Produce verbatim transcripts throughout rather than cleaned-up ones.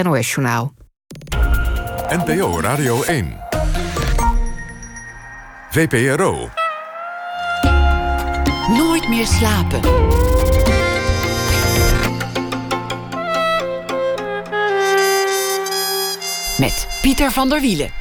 N O S-journaal. N P O Radio één. V P R O. Nooit meer slapen. Met Pieter van der Wielen.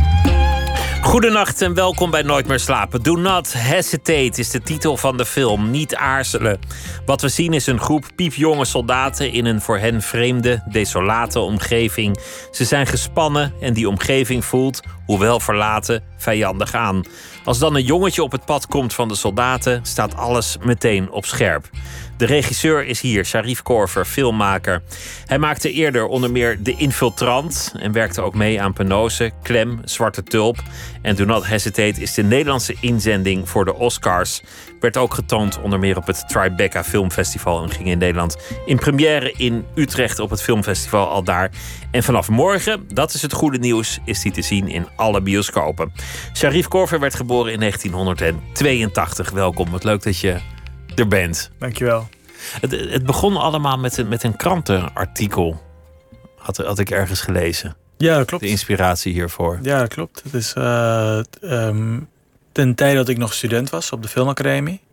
Goedenacht en welkom bij Nooit meer slapen. Do not hesitate is de titel van de film. Niet aarzelen. Wat we zien is een groep piepjonge soldaten in een voor hen vreemde, desolate omgeving. Ze zijn gespannen en die omgeving voelt, hoewel verlaten, vijandig aan. Als dan een jongetje op het pad komt van de soldaten, staat alles meteen op scherp. De regisseur is hier, Sharif Korver, filmmaker. Hij maakte eerder onder meer De Infiltrant en werkte ook mee aan Penose, Klem, Zwarte Tulp. En Do Not Hesitate is de Nederlandse inzending voor de Oscars. Werd ook getoond onder meer op het Tribeca Filmfestival en ging in Nederland in première in Utrecht op het filmfestival aldaar. En vanaf morgen, dat is het goede nieuws, is die te zien in alle bioscopen. Sharif Korver werd geboren in negentienhonderdtweeëntachtig. Welkom, wat leuk dat je er bent. Dankjewel. Het, het begon allemaal met een, met een krantenartikel, had, had ik ergens gelezen. Ja, dat klopt. De inspiratie hiervoor. Ja, dat klopt. Het is uh, um, ten tijde dat ik nog student was op de filmacademie.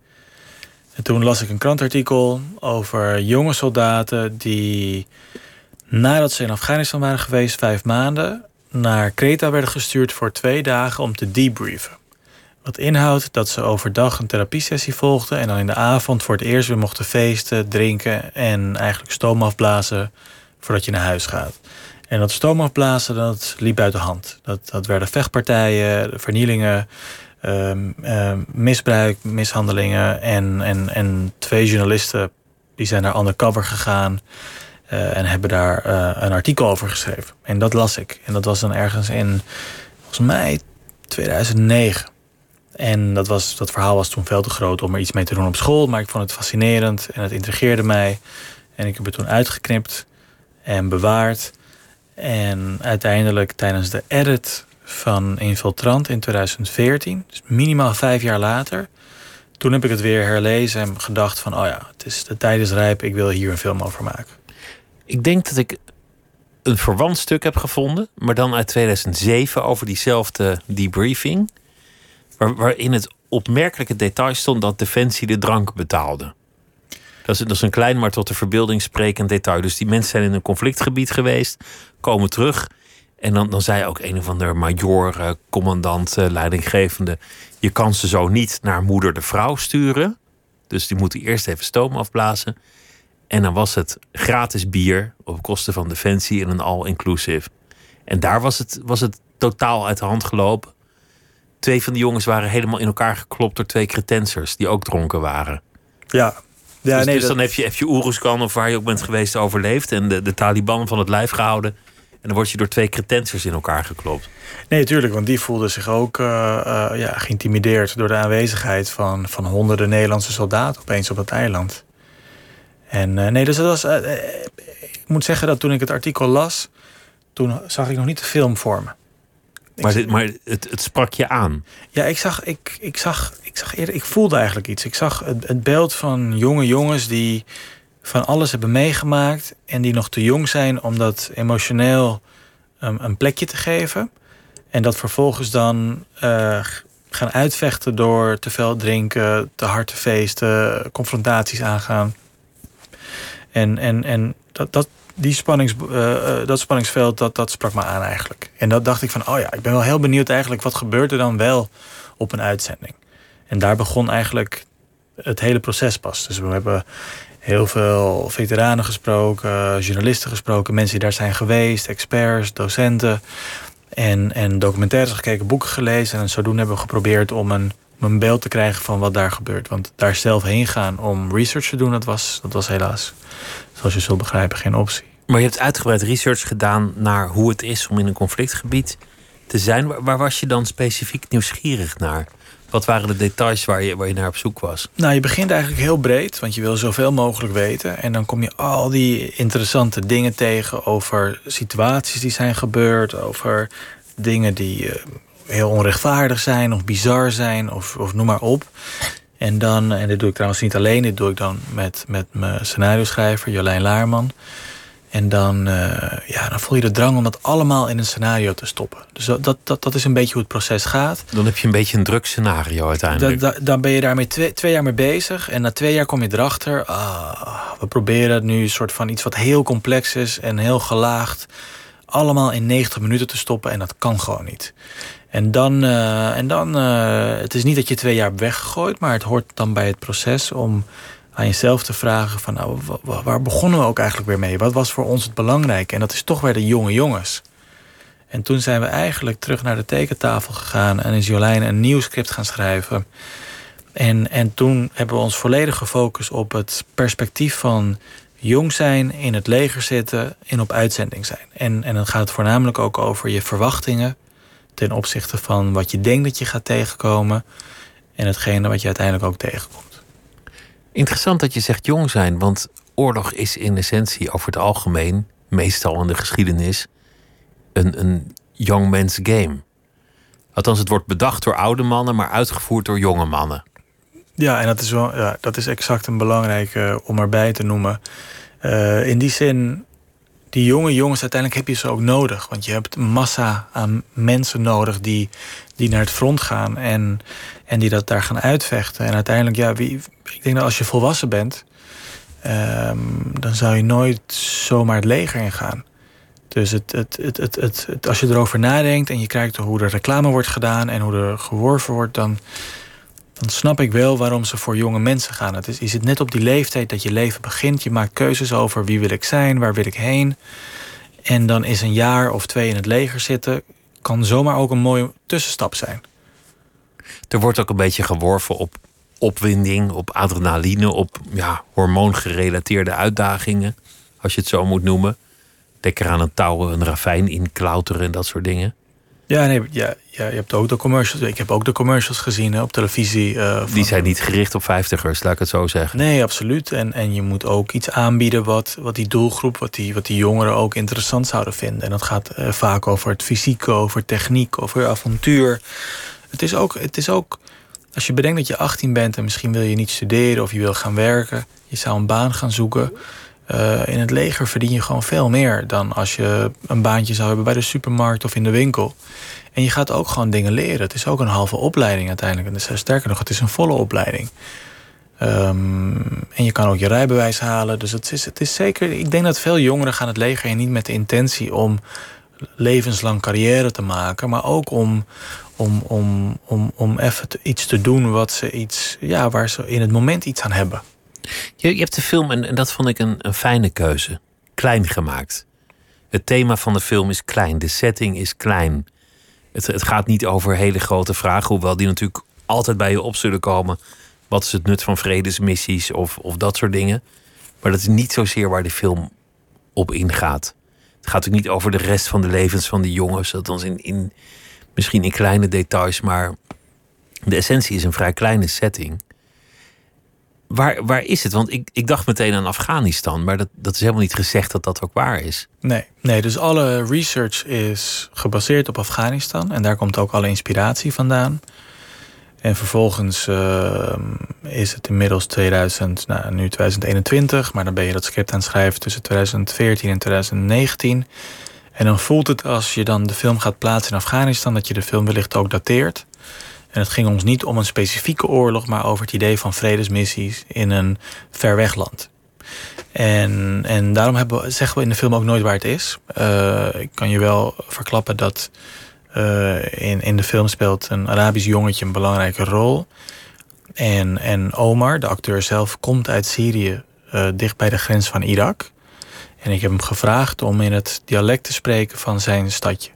En toen las ik een krantartikel over jonge soldaten die, nadat ze in Afghanistan waren geweest, vijf maanden, naar Kreta werden gestuurd voor twee dagen om te debriefen. Wat inhoudt dat ze overdag een therapiesessie volgden en dan in de avond voor het eerst weer mochten feesten, drinken en eigenlijk stoom afblazen voordat je naar huis gaat. En dat stoom afblazen, dat liep uit de hand. Dat, dat werden vechtpartijen, vernielingen, um, um, misbruik, mishandelingen. En, en, en twee journalisten die zijn naar undercover gegaan uh, en hebben daar uh, een artikel over geschreven. En dat las ik. En dat was dan ergens in, volgens mij, tweeduizend negen. En dat, was, dat verhaal was toen veel te groot om er iets mee te doen op school. Maar ik vond het fascinerend en het intrigeerde mij. En ik heb het toen uitgeknipt en bewaard. En uiteindelijk tijdens de edit van Infiltrant in tweeduizend veertien, dus minimaal vijf jaar later, toen heb ik het weer herlezen en gedacht van, oh ja, het is, de tijd is rijp, ik wil hier een film over maken. Ik denk dat ik een verwant stuk heb gevonden, maar dan uit tweeduizend zeven over diezelfde debriefing, waar, waarin het opmerkelijke detail stond dat Defensie de drank betaalde. Dat is, dat is een klein, maar tot de verbeelding sprekend detail. Dus die mensen zijn in een conflictgebied geweest, komen terug. En dan, dan zei ook een of ander majoor, uh, commandant, uh, leidinggevende, je kan ze zo niet naar moeder de vrouw sturen. Dus die moeten eerst even stoom afblazen. En dan was het gratis bier op kosten van Defensie en een all-inclusive. En daar was het, was het totaal uit de hand gelopen. Twee van die jongens waren helemaal in elkaar geklopt door twee cretensers die ook dronken waren. Ja. Ja, dus nee, dus dat... dan heb je, heb je Oeruzkan of waar je ook bent geweest overleefd en de, de Taliban van het lijf gehouden. En dan word je door twee cretensers in elkaar geklopt. Nee, natuurlijk, want die voelden zich ook uh, uh, ja, geïntimideerd door de aanwezigheid van, van honderden Nederlandse soldaten opeens op dat eiland. En uh, nee, dus dat was. Uh, ik moet zeggen dat toen ik het artikel las, toen zag ik nog niet de film voor me. Maar, dit, maar het, het sprak je aan. Ja, ik zag, ik, ik zag, ik zag eerder, ik voelde eigenlijk iets. Ik zag het, het beeld van jonge jongens die van alles hebben meegemaakt en die nog te jong zijn om dat emotioneel um, een plekje te geven. En dat vervolgens dan uh, gaan uitvechten door te veel drinken, te hard te feesten, confrontaties aangaan. En, en, en dat, dat, die spannings, uh, dat spanningsveld, dat, dat sprak me aan eigenlijk. En dat dacht ik van, oh ja, ik ben wel heel benieuwd eigenlijk, wat gebeurt er dan wel op een uitzending? En daar begon eigenlijk het hele proces pas. Dus we hebben heel veel veteranen gesproken, journalisten gesproken, mensen die daar zijn geweest, experts, docenten. En, en documentaires gekeken, boeken gelezen. En zodoende hebben we geprobeerd om een, om een beeld te krijgen van wat daar gebeurt. Want daar zelf heen gaan om research te doen, dat was, dat was helaas, zoals je zult begrijpen, geen optie. Maar je hebt uitgebreid research gedaan naar hoe het is om in een conflictgebied te zijn. Waar, waar was je dan specifiek nieuwsgierig naar? Wat waren de details waar je, waar je naar op zoek was? Nou, je begint eigenlijk heel breed, want je wil zoveel mogelijk weten. En dan kom je al die interessante dingen tegen over situaties die zijn gebeurd, over dingen die uh, heel onrechtvaardig zijn of bizar zijn of, of noem maar op. En dan, en dit doe ik trouwens niet alleen, dit doe ik dan met, met mijn scenario-schrijver Jolijn Laarman. En dan, uh, ja, dan voel je de drang om dat allemaal in een scenario te stoppen. Dus dat, dat, dat is een beetje hoe het proces gaat. Dan heb je een beetje een druk scenario uiteindelijk. Da, da, dan ben je daarmee twee, twee jaar mee bezig. En na twee jaar kom je erachter. Ah, we proberen nu een soort van iets wat heel complex is en heel gelaagd allemaal in negentig minuten te stoppen. En dat kan gewoon niet. En dan, uh, en dan uh, het is niet dat je twee jaar hebt weggegooid, maar het hoort dan bij het proces om aan jezelf te vragen van, nou, waar begonnen we ook eigenlijk weer mee? Wat was voor ons het belangrijke? En dat is toch weer de jonge jongens. En toen zijn we eigenlijk terug naar de tekentafel gegaan en is Jolijn een nieuw script gaan schrijven. En, en toen hebben we ons volledig gefocust op het perspectief van jong zijn, in het leger zitten en op uitzending zijn. En, en dan gaat het voornamelijk ook over je verwachtingen ten opzichte van wat je denkt dat je gaat tegenkomen en hetgene wat je uiteindelijk ook tegenkomt. Interessant dat je zegt jong zijn, want oorlog is in essentie over het algemeen, meestal in de geschiedenis, een, een young man's game. Althans, het wordt bedacht door oude mannen, maar uitgevoerd door jonge mannen. Ja, en dat is, wel, ja, dat is exact een belangrijke om erbij te noemen. Uh, in die zin, die jonge jongens, uiteindelijk heb je ze ook nodig. Want je hebt een massa aan mensen nodig die, die naar het front gaan en, en die dat daar gaan uitvechten. En uiteindelijk, ja, wie, ik denk dat als je volwassen bent, um, dan zou je nooit zomaar het leger ingaan. Dus het, het, het, het, het, het, als je erover nadenkt en je kijkt hoe er reclame wordt gedaan en hoe er geworven wordt, dan, dan snap ik wel waarom ze voor jonge mensen gaan. Het is, je zit net op die leeftijd dat je leven begint. Je maakt keuzes over wie wil ik zijn, waar wil ik heen. En dan is een jaar of twee in het leger zitten, kan zomaar ook een mooie tussenstap zijn. Er wordt ook een beetje geworven op opwinding, op adrenaline, op ja, hormoongerelateerde uitdagingen, als je het zo moet noemen. Denk er aan een touw, een ravijn inklauteren en dat soort dingen. Ja, nee, ja, ja, je hebt ook de commercials. Ik heb ook de commercials gezien hè, op televisie. Uh, van... Die zijn niet gericht op vijftigers, laat ik het zo zeggen. Nee, absoluut. En, en je moet ook iets aanbieden wat, wat die doelgroep, wat die, wat die jongeren ook interessant zouden vinden. En dat gaat uh, vaak over het fysiek, over techniek, over avontuur. Het is ook, het is ook, als je bedenkt dat je achttien bent en misschien wil je niet studeren of je wil gaan werken, je zou een baan gaan zoeken. Uh, in het leger verdien je gewoon veel meer dan als je een baantje zou hebben bij de supermarkt of in de winkel. En je gaat ook gewoon dingen leren. Het is ook een halve opleiding uiteindelijk. En dus, sterker nog, het is een volle opleiding. Um, en je kan ook je rijbewijs halen. Dus het is, het is zeker. Ik denk dat veel jongeren gaan het leger in niet met de intentie om levenslang carrière te maken, maar ook om, om, om, om, om even te, iets te doen wat ze iets, ja, waar ze in het moment iets aan hebben. Je, je hebt de film, en, en dat vond ik een, een fijne keuze, klein gemaakt. Het thema van de film is klein, de setting is klein. Het, het gaat niet over hele grote vragen, hoewel die natuurlijk altijd bij je op zullen komen. Wat is het nut van vredesmissies of, of dat soort dingen. Maar dat is niet zozeer waar de film op ingaat. Het gaat ook niet over de rest van de levens van die jongens. Althans in, in, misschien in kleine details, maar de essentie is een vrij kleine setting. Waar, waar is het? Want ik, ik dacht meteen aan Afghanistan, maar dat, dat is helemaal niet gezegd dat dat ook waar is. Nee, nee, dus alle research is gebaseerd op Afghanistan en daar komt ook alle inspiratie vandaan. En vervolgens uh, is het inmiddels tweeduizend, nou, nu tweeduizend eenentwintig, maar dan ben je dat script aan het schrijven tussen tweeduizend veertien en tweeduizend negentien. En dan voelt het als je dan de film gaat plaatsen in Afghanistan, dat je de film wellicht ook dateert. En het ging ons niet om een specifieke oorlog, maar over het idee van vredesmissies in een ver weg land. En, en daarom hebben we, zeggen we in de film ook nooit waar het is. Uh, ik kan je wel verklappen dat uh, in, in de film speelt een Arabisch jongetje een belangrijke rol. En, en Omar, de acteur zelf, komt uit Syrië, uh, dicht bij de grens van Irak. En ik heb hem gevraagd om in het dialect te spreken van zijn stadje.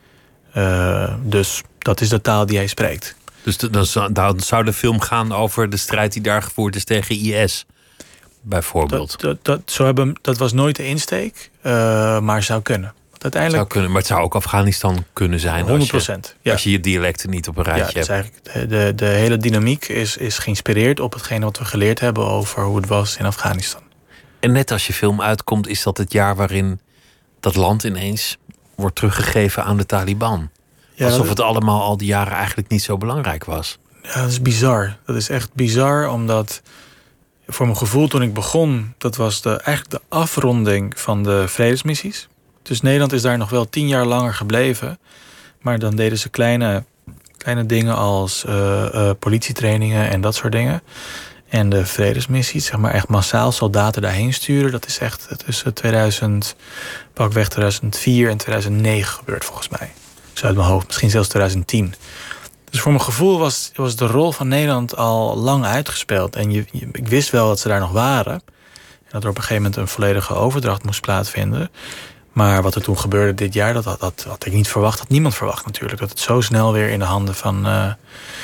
Uh, dus dat is de taal die hij spreekt. Dus dan zou de film gaan over de strijd die daar gevoerd is tegen I S, bijvoorbeeld. Dat, dat, dat, zo hebben, dat was nooit de insteek, uh, maar zou kunnen. Want uiteindelijk, zou kunnen. Maar het zou ook Afghanistan kunnen zijn. honderd procent. Als je, ja. als je je dialecten niet op een rijtje ja, dus hebt. Eigenlijk de, de, de hele dynamiek is, is geïnspireerd op hetgene wat we geleerd hebben over hoe het was in Afghanistan. En net als je film uitkomt, is dat het jaar waarin dat land ineens wordt teruggegeven aan de Taliban. Ja, alsof het allemaal al die jaren eigenlijk niet zo belangrijk was. Ja, dat is bizar. Dat is echt bizar, omdat voor mijn gevoel toen ik begon, dat was de, eigenlijk de afronding van de vredesmissies. Dus Nederland is daar nog wel tien jaar langer gebleven. Maar dan deden ze kleine, kleine dingen als uh, uh, politietrainingen en dat soort dingen. En de vredesmissies, zeg maar echt massaal soldaten daarheen sturen. Dat is echt tussen tweeduizend, pakweg tweeduizend vier en tweeduizend negen gebeurd volgens mij. Zo uit mijn hoofd, misschien zelfs tweeduizend tien. Dus voor mijn gevoel was, was de rol van Nederland al lang uitgespeeld. En je, je, ik wist wel dat ze daar nog waren. En dat er op een gegeven moment een volledige overdracht moest plaatsvinden. Maar wat er toen gebeurde dit jaar, dat, dat, dat had ik niet verwacht. Dat niemand verwacht natuurlijk. Dat het zo snel weer in de handen van, uh,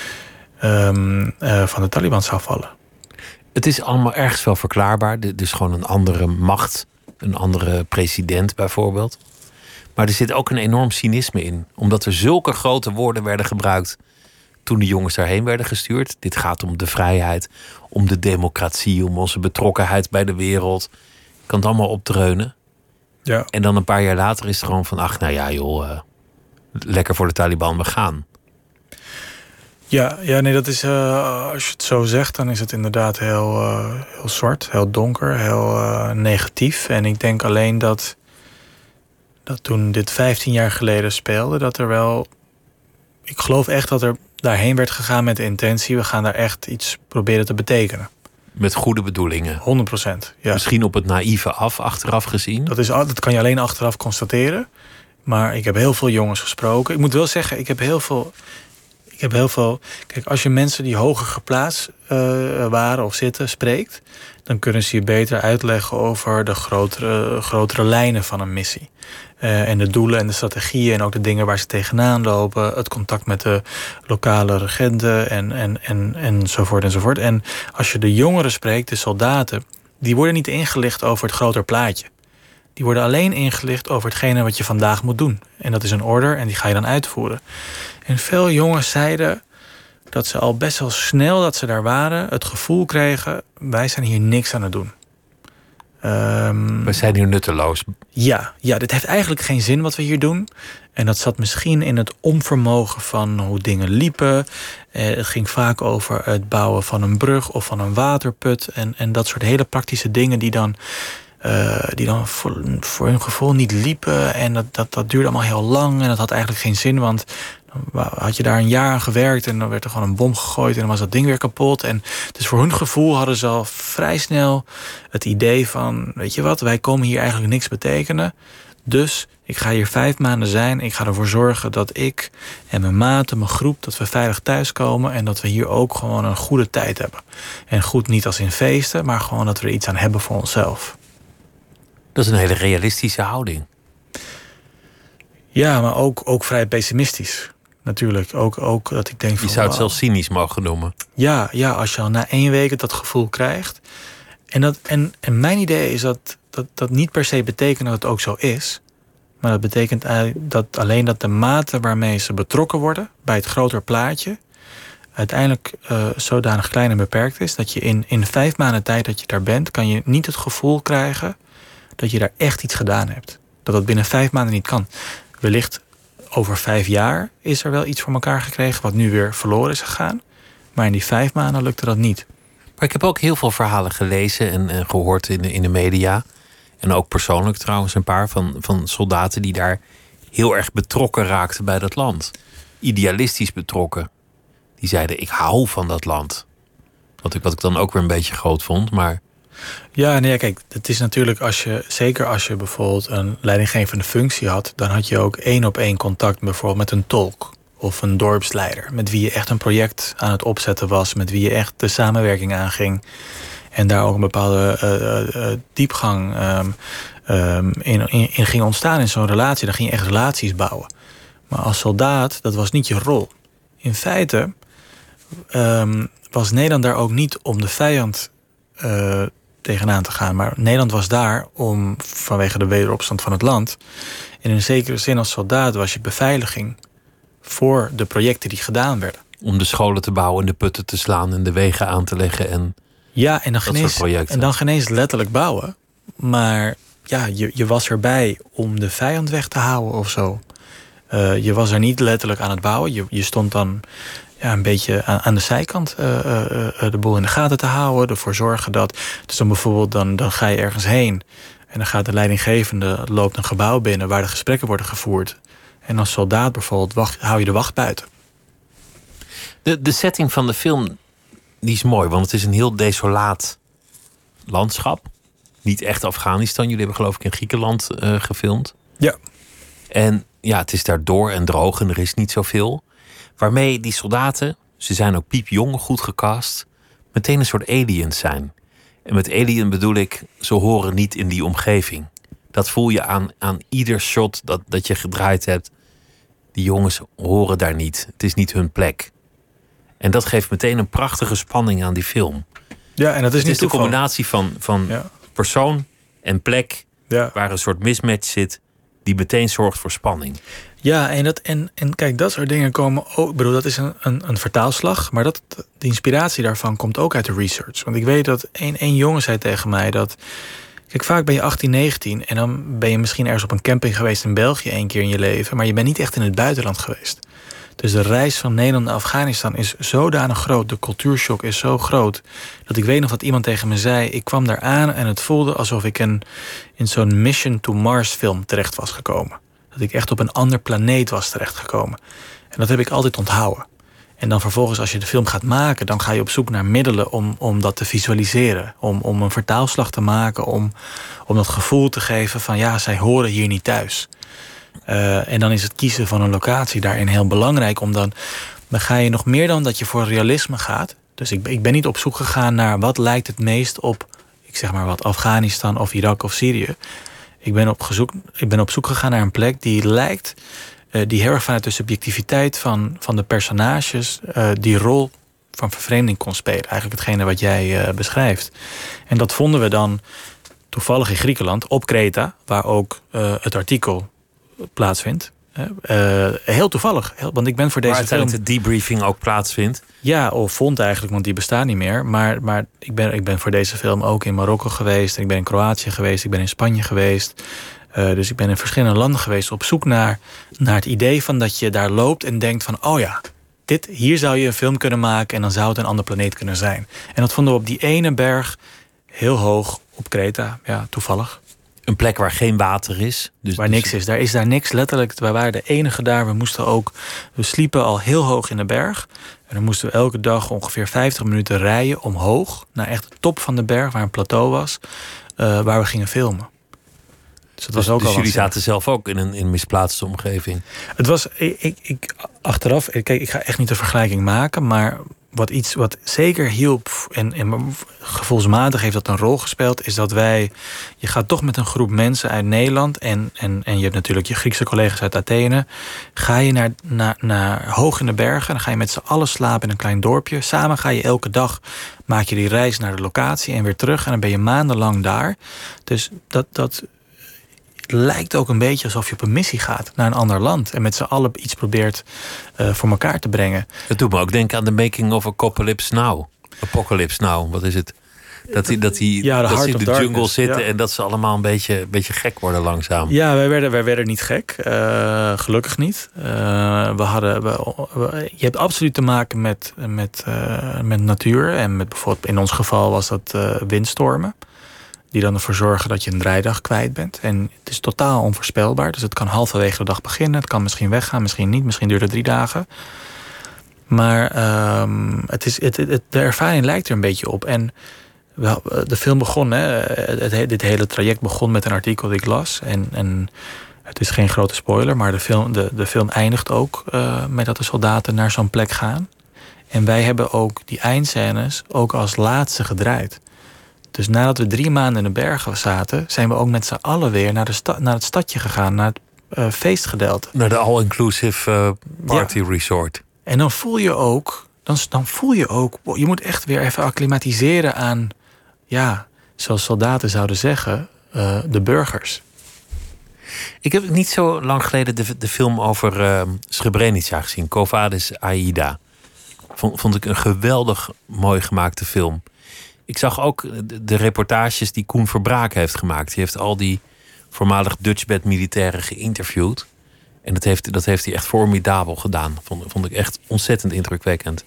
um, uh, van de Taliban zou vallen. Het is allemaal ergens wel verklaarbaar. Dus gewoon een andere macht. Een andere president bijvoorbeeld. Maar er zit ook een enorm cynisme in. Omdat er zulke grote woorden werden gebruikt toen de jongens daarheen werden gestuurd. Dit gaat om de vrijheid, om de democratie, om onze betrokkenheid bij de wereld. Je kan het allemaal opdreunen. Ja. En dan een paar jaar later is het gewoon van, ach, nou ja joh, uh, lekker voor de Taliban, we gaan. Ja, ja nee, dat is, uh, als je het zo zegt, dan is het inderdaad heel, uh, heel zwart, heel donker, heel uh, negatief. En ik denk alleen dat, dat toen dit vijftien jaar geleden speelde, dat er wel, ik geloof echt dat er daarheen werd gegaan met de intentie, we gaan daar echt iets proberen te betekenen. Met goede bedoelingen. honderd procent, ja. Misschien op het naïeve af, achteraf gezien. Dat, is, dat kan je alleen achteraf constateren. Maar ik heb heel veel jongens gesproken. Ik moet wel zeggen, ik heb heel veel... Ik heb heel veel... Kijk, als je mensen die hoger geplaatst uh, waren of zitten spreekt, dan kunnen ze je beter uitleggen over de grotere, grotere lijnen van een missie. Uh, en de doelen en de strategieën en ook de dingen waar ze tegenaan lopen. Het contact met de lokale regenten en, en, en, enzovoort enzovoort. En als je de jongeren spreekt, de soldaten, die worden niet ingelicht over het groter plaatje. Die worden alleen ingelicht over hetgene wat je vandaag moet doen. En dat is een order en die ga je dan uitvoeren. En veel jongens zeiden dat ze al best wel snel dat ze daar waren het gevoel kregen, wij zijn hier niks aan het doen. Um, we zijn hier nutteloos. Ja, ja, dit heeft eigenlijk geen zin wat we hier doen. En dat zat misschien in het onvermogen van hoe dingen liepen. Eh, het ging vaak over het bouwen van een brug of van een waterput. En, en dat soort hele praktische dingen die dan, uh, die dan voor, voor hun gevoel niet liepen. En dat, dat, dat duurde allemaal heel lang. En dat had eigenlijk geen zin, want dan had je daar een jaar aan gewerkt en dan werd er gewoon een bom gegooid en dan was dat ding weer kapot. En dus voor hun gevoel hadden ze al vrij snel het idee van, weet je wat, wij komen hier eigenlijk niks betekenen. Dus ik ga hier vijf maanden zijn. Ik ga ervoor zorgen dat ik en mijn maten, mijn groep, dat we veilig thuiskomen en dat we hier ook gewoon een goede tijd hebben. En goed niet als in feesten, maar gewoon dat we er iets aan hebben voor onszelf. Dat is een hele realistische houding. Ja, maar ook, ook vrij pessimistisch. Natuurlijk, ook, ook dat ik denk van, je zou het wow. zelfs cynisch mogen noemen. Ja, ja, als je al na één week dat gevoel krijgt. En, dat, en, en mijn idee is dat, dat dat niet per se betekent dat het ook zo is. Maar dat betekent dat alleen dat de mate waarmee ze betrokken worden bij het groter plaatje uiteindelijk uh, zodanig klein en beperkt is dat je in, in vijf maanden tijd dat je daar bent, kan je niet het gevoel krijgen dat je daar echt iets gedaan hebt. Dat dat binnen vijf maanden niet kan. Wellicht over vijf jaar is er wel iets voor elkaar gekregen wat nu weer verloren is gegaan. Maar in die vijf maanden lukte dat niet. Maar ik heb ook heel veel verhalen gelezen en, en gehoord in de, in de media. En ook persoonlijk trouwens een paar van, van soldaten die daar heel erg betrokken raakten bij dat land. Idealistisch betrokken. Die zeiden, ik hou van dat land. Wat ik, wat ik dan ook weer een beetje groot vond, maar... Ja, nee, kijk, het is natuurlijk als je, zeker als je bijvoorbeeld een leidinggevende functie had, dan had je ook één op één contact bijvoorbeeld met een tolk of een dorpsleider, met wie je echt een project aan het opzetten was, met wie je echt de samenwerking aanging en daar ook een bepaalde uh, uh, diepgang um, um, in, in, in ging ontstaan in zo'n relatie. Dan ging je echt relaties bouwen. Maar als soldaat, dat was niet je rol. In feite um, was Nederland daar ook niet om de vijand uh, tegenaan te gaan. Maar Nederland was daar om, vanwege de wederopstand van het land, in een zekere zin als soldaat was je beveiliging voor de projecten die gedaan werden. Om de scholen te bouwen en de putten te slaan en de wegen aan te leggen en ja, en dan dat genees, soort projecten. En dan geen eens letterlijk bouwen. Maar ja, je, je was erbij om de vijand weg te houden of zo. Uh, je was er niet letterlijk aan het bouwen. Je, je stond dan ja, een beetje aan, aan de zijkant uh, uh, uh, de boel in de gaten te houden. Ervoor zorgen dat... Dus dan bijvoorbeeld, dan, dan ga je ergens heen. En dan gaat de leidinggevende, loopt een gebouw binnen waar de gesprekken worden gevoerd. En als soldaat bijvoorbeeld wacht, hou je de wacht buiten. De, de setting van de film die is mooi, want het is een heel desolaat landschap. Niet echt Afghanistan. Jullie hebben geloof ik in Griekenland uh, gefilmd. Ja. En ja, het is daar door en droog en er is niet zoveel. Waarmee die soldaten, ze zijn ook piepjong, goed gecast, meteen een soort aliens zijn. En met alien bedoel ik, ze horen niet in die omgeving. Dat voel je aan, aan ieder shot dat, dat je gedraaid hebt. Die jongens horen daar niet. Het is niet hun plek. En dat geeft meteen een prachtige spanning aan die film. Ja, en dat is het niet is de toeval. combinatie van, van ja. persoon en plek, ja. waar een soort mismatch zit, die meteen zorgt voor spanning. Ja, en, dat, en, en kijk, dat soort dingen komen ook... Ik bedoel, dat is een, een, een vertaalslag, maar dat, de inspiratie daarvan komt ook uit de research. Want ik weet dat één, één jongen zei tegen mij dat... Kijk, vaak ben je achttien, negentien en dan ben je misschien ergens op een camping geweest in België één keer in je leven, maar je bent niet echt in het buitenland geweest. Dus de reis van Nederland naar Afghanistan is zodanig groot, de cultuurshock is zo groot, dat ik weet nog dat iemand tegen me zei, ik kwam daar aan en het voelde alsof ik in, in zo'n Mission to Mars film terecht was gekomen. Dat ik echt op een ander planeet was terechtgekomen. En dat heb ik altijd onthouden. En dan vervolgens, als je de film gaat maken, dan ga je op zoek naar middelen om, om dat te visualiseren. Om, om een vertaalslag te maken, om, om dat gevoel te geven van ja, zij horen hier niet thuis. Uh, en dan is het kiezen van een locatie daarin heel belangrijk. Om dan, dan ga je nog meer dan dat je voor realisme gaat. Dus ik, ik ben niet op zoek gegaan naar wat lijkt het meest op, ik zeg maar wat, Afghanistan of Irak of Syrië. Ik ben op, gezoek, ik ben op zoek gegaan naar een plek die lijkt, uh, die heel erg vanuit de subjectiviteit van, van de personages uh, die rol van vervreemding kon spelen. Eigenlijk hetgene wat jij uh, beschrijft. En dat vonden we dan toevallig in Griekenland, op Kreta, waar ook uh, het artikel plaatsvindt. Uh, heel toevallig, heel, want ik ben voor deze waar film... de debriefing ook plaatsvindt. Ja, of vond eigenlijk, want die bestaat niet meer. Maar, maar ik, ben, ik ben voor deze film ook in Marokko geweest. En ik ben in Kroatië geweest. Ik ben in Spanje geweest. Uh, dus ik ben in verschillende landen geweest op zoek naar, naar het idee van dat je daar loopt en denkt van, oh ja, dit, hier zou je een film kunnen maken en dan zou het een andere planeet kunnen zijn. En dat vonden we op die ene berg heel hoog op Kreta. Ja, toevallig. Een plek waar geen water is. Dus waar niks is. Daar is daar niks. Letterlijk, wij waren de enige daar. We moesten ook... We sliepen al heel hoog in de berg. En dan moesten we elke dag ongeveer vijftig minuten rijden omhoog. Naar echt de top van de berg, waar een plateau was. Uh, waar we gingen filmen. Dus, dat was dus, ook dus al jullie wat, zaten zelf ook in een, in een misplaatste omgeving? Het was... Ik, ik, ik, achteraf... Kijk, ik ga echt niet de vergelijking maken. Maar wat iets wat zeker hielp... En, en gevoelsmatig heeft dat een rol gespeeld... is dat wij... Je gaat toch met een groep mensen uit Nederland... en, en, en je hebt natuurlijk je Griekse collega's uit Athene... ga je naar, naar, naar hoog in de bergen... dan ga je met z'n allen slapen in een klein dorpje. Samen ga je elke dag... maak je die reis naar de locatie en weer terug... en dan ben je maandenlang daar. Dus dat... dat Het lijkt ook een beetje alsof je op een missie gaat naar een ander land. En met z'n allen iets probeert uh, voor elkaar te brengen. Het doet me ook denken aan de making of Apocalypse Now. Apocalypse Now, wat is het? Dat die, dat die, ja, dat ze in de jungle darkness, zitten... ja. en dat ze allemaal een beetje, een beetje gek worden langzaam. Ja, wij werden, wij werden niet gek. Uh, gelukkig niet. Uh, we hadden, we, we, je hebt absoluut te maken met, met, uh, met natuur. En met bijvoorbeeld, in ons geval was dat uh, windstormen. Die dan ervoor zorgen dat je een draaidag kwijt bent. En het is totaal onvoorspelbaar. Dus het kan halverwege de dag beginnen. Het kan misschien weggaan, misschien niet. Misschien duurt het drie dagen. Maar um, het is, het, het, de ervaring lijkt er een beetje op. En wel, de film begon, hè, het, dit hele traject begon met een artikel dat ik las. En, en het is geen grote spoiler, maar de film, de, de film eindigt ook uh, met dat de soldaten naar zo'n plek gaan. En wij hebben ook die eindscènes ook als laatste gedraaid. Dus nadat we drie maanden in de bergen zaten... zijn we ook met z'n allen weer naar, de sta- naar het stadje gegaan. Naar het uh, feestgedeelte. Naar de all-inclusive uh, party ja. resort. En dan voel je ook... Dan, dan voel je ook... Je moet echt weer even acclimatiseren aan... Ja, zoals soldaten zouden zeggen... Uh, de burgers. Ik heb niet zo lang geleden de, de film over uh, Srebrenica gezien. Quo Vadis Aida. Vond, vond ik een geweldig mooi gemaakte film. Ik zag ook de, de reportages die Koen Verbraak heeft gemaakt. Die heeft al die voormalig Dutchbat-militairen geïnterviewd. En dat heeft, dat heeft hij echt formidabel gedaan. Vond, vond ik echt ontzettend indrukwekkend.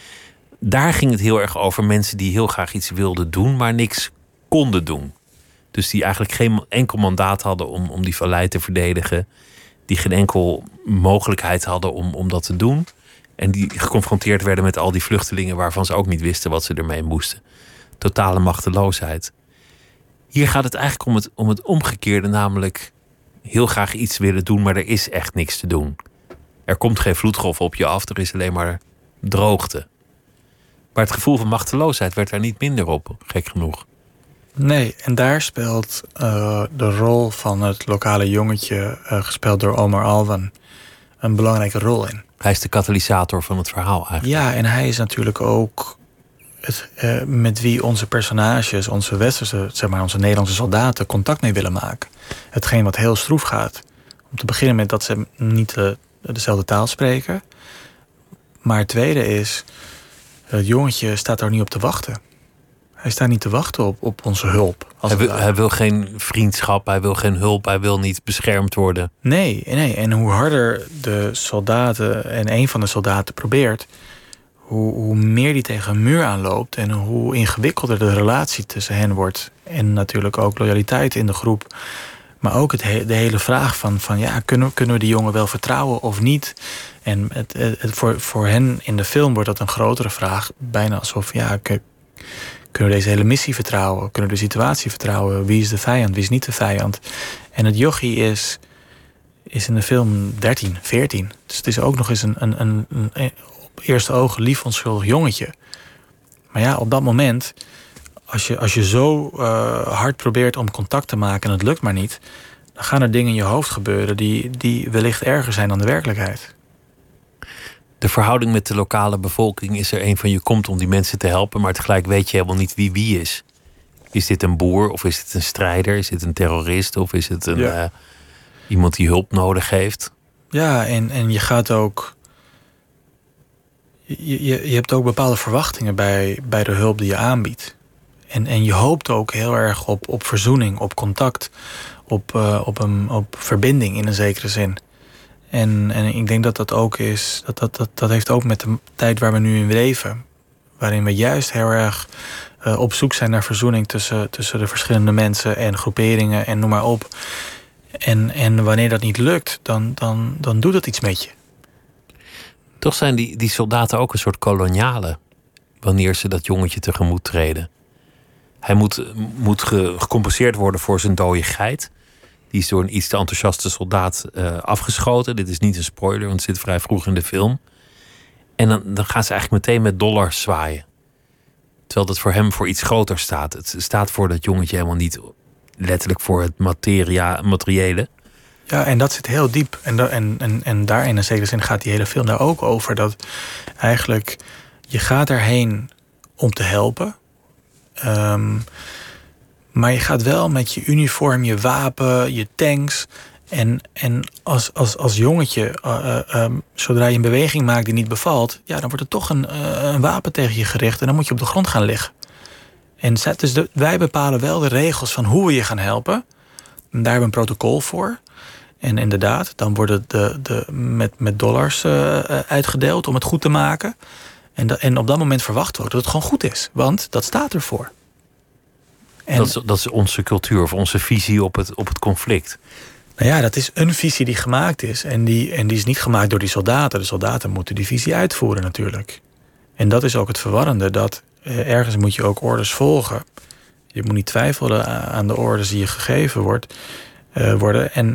Daar ging het heel erg over mensen die heel graag iets wilden doen, maar niks konden doen. Dus die eigenlijk geen enkel mandaat hadden om, om die vallei te verdedigen. Die geen enkel mogelijkheid hadden om, om dat te doen. En die geconfronteerd werden met al die vluchtelingen waarvan ze ook niet wisten wat ze ermee moesten. Totale machteloosheid. Hier gaat het eigenlijk om het, om het omgekeerde, namelijk heel graag iets willen doen, maar er is echt niks te doen. Er komt geen vloedgolf op je af, er is alleen maar droogte. Maar het gevoel van machteloosheid werd daar niet minder op, gek genoeg. Nee, en daar speelt uh, de rol van het lokale jongetje, uh, gespeeld door Omar Alwan, een belangrijke rol in. Hij is de katalysator van het verhaal eigenlijk. Ja, en hij is natuurlijk ook het, uh, met wie onze personages, onze westerse, zeg maar, onze Nederlandse soldaten contact mee willen maken. Hetgeen wat heel stroef gaat. Om te beginnen met dat ze niet uh, dezelfde taal spreken. Maar het tweede is, het jongetje staat er niet op te wachten. Hij staat niet te wachten op, op onze hulp. Als hij, wil, hij wil geen vriendschap, hij wil geen hulp, hij wil niet beschermd worden. Nee, nee. En hoe harder de soldaten en een van de soldaten probeert, hoe, hoe meer die tegen een muur aanloopt en hoe ingewikkelder de relatie tussen hen wordt. En natuurlijk ook loyaliteit in de groep. Maar ook het he, de hele vraag van, van ja, kunnen, kunnen we die jongen wel vertrouwen of niet? En het, het, het, voor, voor hen in de film wordt dat een grotere vraag. Bijna alsof, ja, k- kunnen we deze hele missie vertrouwen? Kunnen we de situatie vertrouwen? Wie is de vijand? Wie is niet de vijand? En het jochie is, is in de film dertien, veertien. Dus het is ook nog eens een, een, een, een op eerste ogen lief onschuldig jongetje. Maar ja, op dat moment, als je, als je zo uh, hard probeert om contact te maken en het lukt maar niet, dan gaan er dingen in je hoofd gebeuren die, die wellicht erger zijn dan de werkelijkheid. De verhouding met de lokale bevolking is er een van je komt om die mensen te helpen, maar tegelijk weet je helemaal niet wie wie is. Is dit een boer of is het een strijder? Is het een terrorist of is het een, ja. uh, iemand die hulp nodig heeft? Ja, en, en je gaat ook. Je, je, je hebt ook bepaalde verwachtingen bij, bij de hulp die je aanbiedt. En, en je hoopt ook heel erg op, op verzoening, op contact, op, uh, op, een, op verbinding in een zekere zin. En, en ik denk dat dat ook is, dat, dat, dat, dat heeft ook met de tijd waar we nu in leven, waarin we juist heel erg uh, op zoek zijn naar verzoening tussen, tussen de verschillende mensen en groeperingen en noem maar op. En, en wanneer dat niet lukt, dan, dan, dan doet dat iets met je. Toch zijn die, die soldaten ook een soort kolonialen wanneer ze dat jongetje tegemoet treden. Hij moet, moet ge, gecompenseerd worden voor zijn dode geit. Die is door een iets te enthousiaste soldaat uh, afgeschoten. Dit is niet een spoiler, want het zit vrij vroeg in de film. En dan, dan gaan ze eigenlijk meteen met dollars zwaaien. Terwijl dat voor hem voor iets groter staat. Het staat voor dat jongetje helemaal niet letterlijk voor het materia, materiële. Ja, en dat zit heel diep. En, da- en, en, en daar in een zekere zin gaat die hele film daar ook over. Dat eigenlijk, je gaat erheen om te helpen. Um, maar je gaat wel met je uniform, je wapen, je tanks. En, en als, als, als jongetje, uh, uh, um, zodra je een beweging maakt die niet bevalt, ja, dan wordt er toch een, uh, een wapen tegen je gericht. En dan moet je op de grond gaan liggen. En dus de, wij bepalen wel de regels van hoe we je gaan helpen. En daar hebben we een protocol voor. En inderdaad, dan worden de, de, met, met dollars uh, uitgedeeld om het goed te maken. En, da, en op dat moment verwachten we dat het gewoon goed is. Want dat staat ervoor. En dat, is, dat is onze cultuur of onze visie op het, op het conflict. Nou ja, dat is een visie die gemaakt is. En die, en die is niet gemaakt door die soldaten. De soldaten moeten die visie uitvoeren natuurlijk. En dat is ook het verwarrende. Dat eh, ergens moet je ook orders volgen. Je moet niet twijfelen aan de orders die je gegeven wordt, uh, worden. En,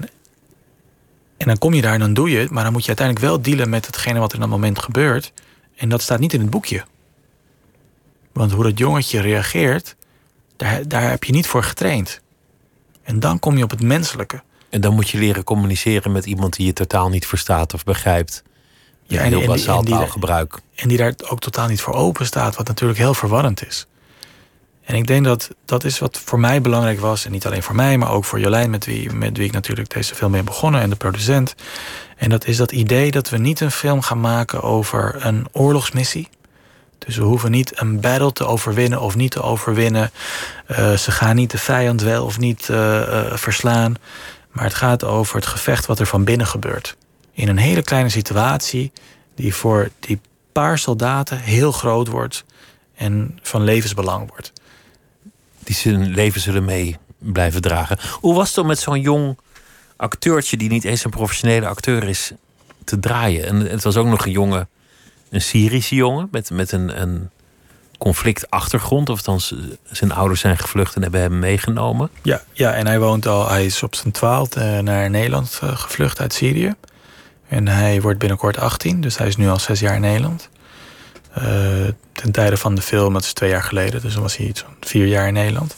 en dan kom je daar en dan doe je het. Maar dan moet je uiteindelijk wel dealen met hetgene wat er in dat moment gebeurt. En dat staat niet in het boekje. Want hoe dat jongetje reageert, daar, daar heb je niet voor getraind. En dan kom je op het menselijke. En dan moet je leren communiceren met iemand die je totaal niet verstaat of begrijpt. Ja, en, heel en basaal die, en taalgebruik. Die, en die daar ook totaal niet voor open staat, wat natuurlijk heel verwarrend is. En ik denk dat dat is wat voor mij belangrijk was. En niet alleen voor mij, maar ook voor Jolijn, met wie, met wie ik natuurlijk deze film mee begonnen. En de producent. En dat is dat idee dat we niet een film gaan maken over een oorlogsmissie. Dus we hoeven niet een battle te overwinnen of niet te overwinnen. Uh, ze gaan niet de vijand wel of niet uh, uh, verslaan. Maar het gaat over het gevecht wat er van binnen gebeurt. in een hele kleine situatie die voor die paar soldaten heel groot wordt en van levensbelang wordt. Die zijn leven zullen mee blijven dragen. Hoe was het om met zo'n jong acteurtje, die niet eens een professionele acteur is, te draaien? En het was ook nog een jongen, een Syrische jongen met, met een, een conflictachtergrond. Of althans, zijn ouders zijn gevlucht en hebben hem meegenomen. Ja, ja, en hij woont al, hij is op zijn twaalfde naar Nederland uh, gevlucht uit Syrië. En hij wordt binnenkort achttien, dus hij is nu al zes jaar in Nederland. Uh, ten tijde van de film, dat is twee jaar geleden, dus dan was hij iets van vier jaar in Nederland.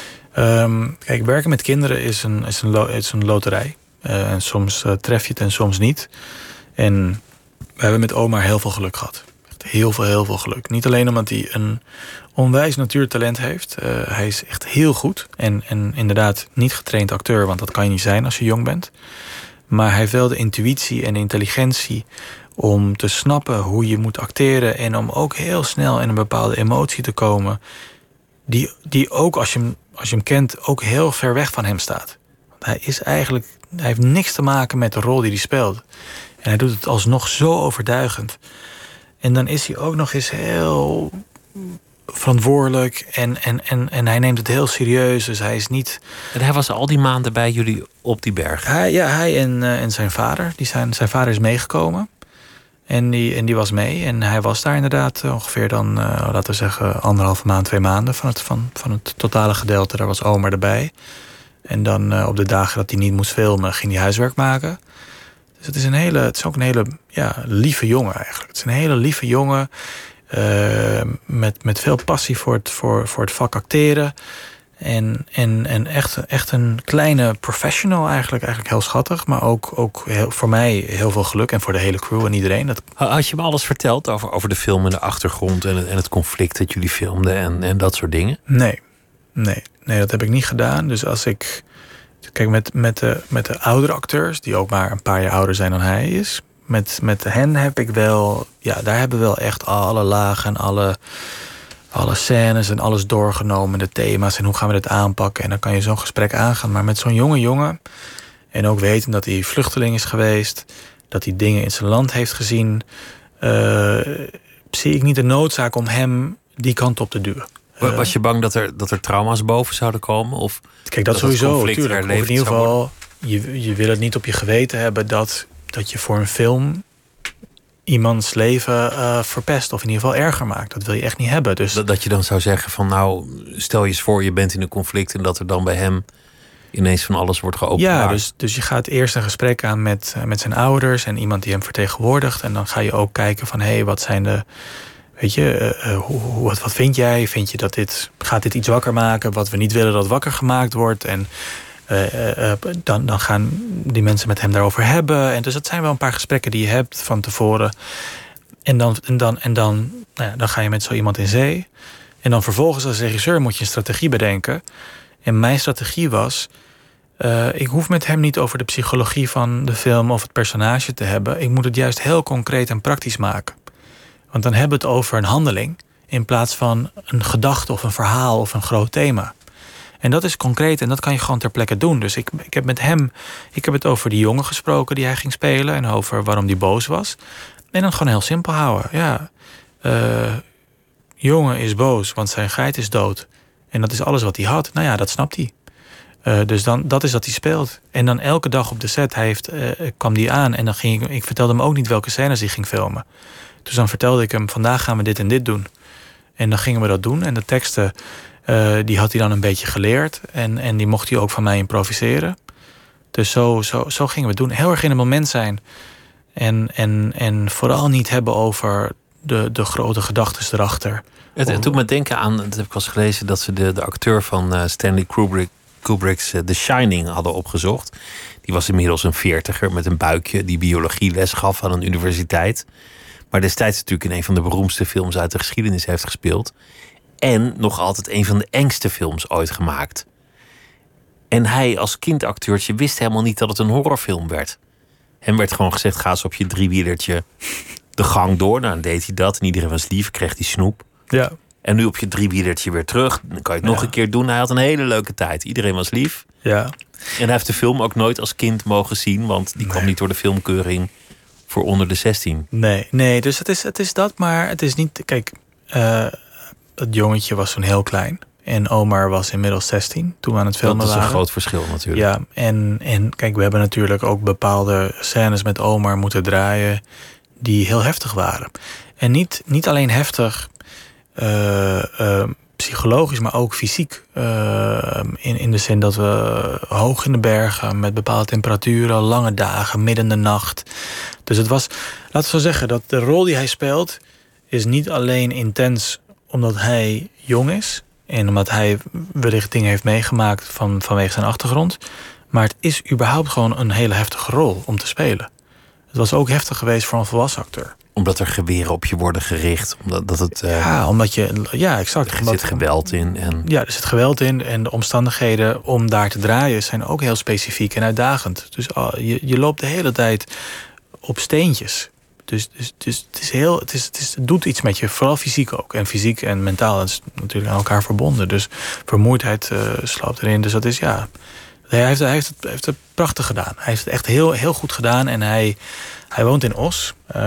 Um, kijk, werken met kinderen is een, is een, lo- is een loterij. Uh, en soms uh, tref je het en soms niet. En we hebben met Omar heel veel geluk gehad. Echt heel veel, heel veel geluk. Niet alleen omdat hij een onwijs natuurtalent heeft. Uh, hij is echt heel goed. En, en inderdaad niet getraind acteur, want dat kan je niet zijn als je jong bent. Maar hij heeft wel de intuïtie en de intelligentie om te snappen hoe je moet acteren en om ook heel snel in een bepaalde emotie te komen die, die ook, als je, hem, als je hem kent, ook heel ver weg van hem staat. Want hij is eigenlijk, hij heeft niks te maken met de rol die hij speelt. En hij doet het alsnog zo overtuigend. En dan is hij ook nog eens heel verantwoordelijk en, en, en, en hij neemt het heel serieus. Dus hij is niet... En hij was al die maanden bij jullie op die berg? Hij, ja, hij en, uh, en zijn vader. Die zijn, zijn vader is meegekomen. En die, en die was mee. En hij was daar inderdaad ongeveer dan, uh, laten we zeggen, anderhalve maand, twee maanden van het, van, van het totale gedeelte. Daar was Omar erbij. En dan uh, op de dagen dat hij niet moest filmen, ging hij huiswerk maken. Dus het is, een hele, het is ook een hele ja, lieve jongen eigenlijk. Het is een hele lieve jongen. Uh, met, met veel passie voor het, voor, voor het vak acteren. En, en, en echt, echt een kleine professional eigenlijk. Eigenlijk heel schattig. Maar ook, ook heel, voor mij heel veel geluk. En voor de hele crew en iedereen. Dat... Had je me alles verteld over, over de film en de achtergrond en het, en het conflict dat jullie filmden en, en dat soort dingen? Nee. nee, nee, dat heb ik niet gedaan. Dus als ik... Kijk, met, met, de, met de oudere acteurs, die ook maar een paar jaar ouder zijn dan hij is. Met, met hen heb ik wel... Ja, daar hebben we wel echt alle lagen en alle... alle scènes en alles doorgenomen, de thema's en hoe gaan we dit aanpakken. En dan kan je zo'n gesprek aangaan. Maar met zo'n jonge jongen, en ook weten dat hij vluchteling is geweest, dat hij dingen in zijn land heeft gezien, uh, zie ik niet de noodzaak om hem die kant op te duwen. Uh, Was je bang dat er, dat er trauma's boven zouden komen? Of kijk, dat, dat sowieso, natuurlijk. Of in ieder geval, je, je wil het niet op je geweten hebben dat, dat je voor een film iemands leven uh, verpest of in ieder geval erger maakt. Dat wil je echt niet hebben. Dus... Dat, dat je dan zou zeggen van nou, stel je eens voor je bent in een conflict en dat er dan bij hem ineens van alles wordt geopenbaard. Ja, dus, dus je gaat eerst een gesprek aan met, uh, met zijn ouders en iemand die hem vertegenwoordigt. En dan ga je ook kijken van hé, hey, wat zijn de... Weet je, uh, uh, hoe, wat, wat vind jij? Vind je dat dit... Gaat dit iets wakker maken wat we niet willen dat wakker gemaakt wordt? En Uh, uh, dan, dan gaan die mensen met hem daarover hebben. En dus dat zijn wel een paar gesprekken die je hebt van tevoren. En dan, en dan, en dan, nou ja, dan ga je met zo iemand in zee. En dan vervolgens als regisseur moet je een strategie bedenken. En mijn strategie was... Uh, ik hoef met hem niet over de psychologie van de film of het personage te hebben. Ik moet het juist heel concreet en praktisch maken. Want dan hebben we het over een handeling in plaats van een gedachte of een verhaal of een groot thema. En dat is concreet en dat kan je gewoon ter plekke doen. Dus ik, ik heb met hem, ik heb het over die jongen gesproken die hij ging spelen en over waarom die boos was. En dan gewoon heel simpel houden. Ja, uh, jongen is boos, want zijn geit is dood. En dat is alles wat hij had. Nou ja, dat snapt hij. Uh, dus dan, dat is wat hij speelt. En dan elke dag op de set hij heeft, uh, kwam die aan en dan ging ik, ik vertelde hem ook niet welke scènes hij ging filmen. Dus dan vertelde ik hem, vandaag gaan we dit en dit doen. En dan gingen we dat doen en de teksten... Uh, die had hij dan een beetje geleerd. En, en die mocht hij ook van mij improviseren. Dus zo, zo, zo gingen we het doen. Heel erg in het moment zijn. En, en, en vooral niet hebben over de, de grote gedachten erachter. Het, het doet me denken aan, dat heb ik wel eens gelezen... dat ze de, de acteur van uh, Stanley Kubrick, Kubrick's uh, The Shining hadden opgezocht. Die was inmiddels een veertiger met een buikje... die biologieles gaf aan een universiteit. Maar destijds natuurlijk in een van de beroemdste films... uit de geschiedenis heeft gespeeld... En nog altijd een van de engste films ooit gemaakt. En hij als kindacteurtje wist helemaal niet dat het een horrorfilm werd. Hem werd gewoon gezegd, ga eens op je driewielertje de gang door. Nou, dan deed hij dat en iedereen was lief, kreeg hij snoep. Ja. En nu op je driewielertje weer terug. Dan kan je het nog ja. een keer doen. Hij had een hele leuke tijd. Iedereen was lief. Ja. En hij heeft de film ook nooit als kind mogen zien. Want die nee. kwam niet door de filmkeuring voor onder de zestien. Nee, nee, dus het is, het is dat, maar het is niet... Kijk, uh, het jongetje was toen heel klein. En Omar was inmiddels zestien toen we aan het filmen waren. Dat is een groot verschil natuurlijk. Ja, en, en kijk, we hebben natuurlijk ook bepaalde scènes met Omar moeten draaien die heel heftig waren. En niet, niet alleen heftig uh, uh, psychologisch, maar ook fysiek. Uh, in, in de zin dat we hoog in de bergen met bepaalde temperaturen, lange dagen, midden in de nacht. Dus het was, laten we zo zeggen, dat de rol die hij speelt is niet alleen intens omdat hij jong is en omdat hij wellicht dingen heeft meegemaakt van, vanwege zijn achtergrond. Maar het is überhaupt gewoon een hele heftige rol om te spelen. Het was ook heftig geweest voor een volwassen acteur. Omdat er geweren op je worden gericht. Omdat dat het, uh, ja, omdat je... Ja, exact. Er omdat, zit geweld in. En... Ja, er zit geweld in. En de omstandigheden om daar te draaien zijn ook heel specifiek en uitdagend. Dus uh, je, je loopt de hele tijd op steentjes. Dus, dus, dus het, is heel, het, is, het, is, het doet iets met je, vooral fysiek ook. En fysiek en mentaal, dat is natuurlijk aan elkaar verbonden. Dus vermoeidheid uh, slaapt erin. Dus dat is, ja... Hij heeft, hij, heeft het, hij heeft het prachtig gedaan. Hij heeft het echt heel, heel goed gedaan. En hij, hij woont in Os. Uh,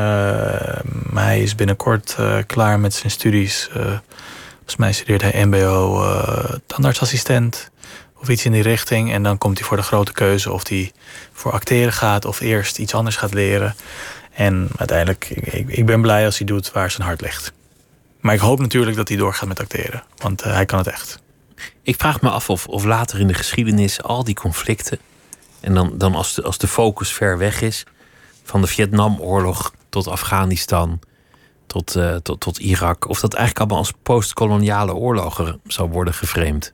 hij is binnenkort uh, klaar met zijn studies. Uh, volgens mij studeert hij M B O uh, tandartsassistent. Of iets in die richting. En dan komt hij voor de grote keuze of hij voor acteren gaat of eerst iets anders gaat leren. En uiteindelijk, ik, ik ben blij als hij doet waar zijn hart ligt. Maar ik hoop natuurlijk dat hij doorgaat met acteren. Want uh, hij kan het echt. Ik vraag me af of, of later in de geschiedenis al die conflicten... en dan, dan als, de, als de focus ver weg is... van de Vietnamoorlog tot Afghanistan, tot, uh, tot, tot Irak... of dat eigenlijk allemaal als postkoloniale oorlogen zou worden geframed.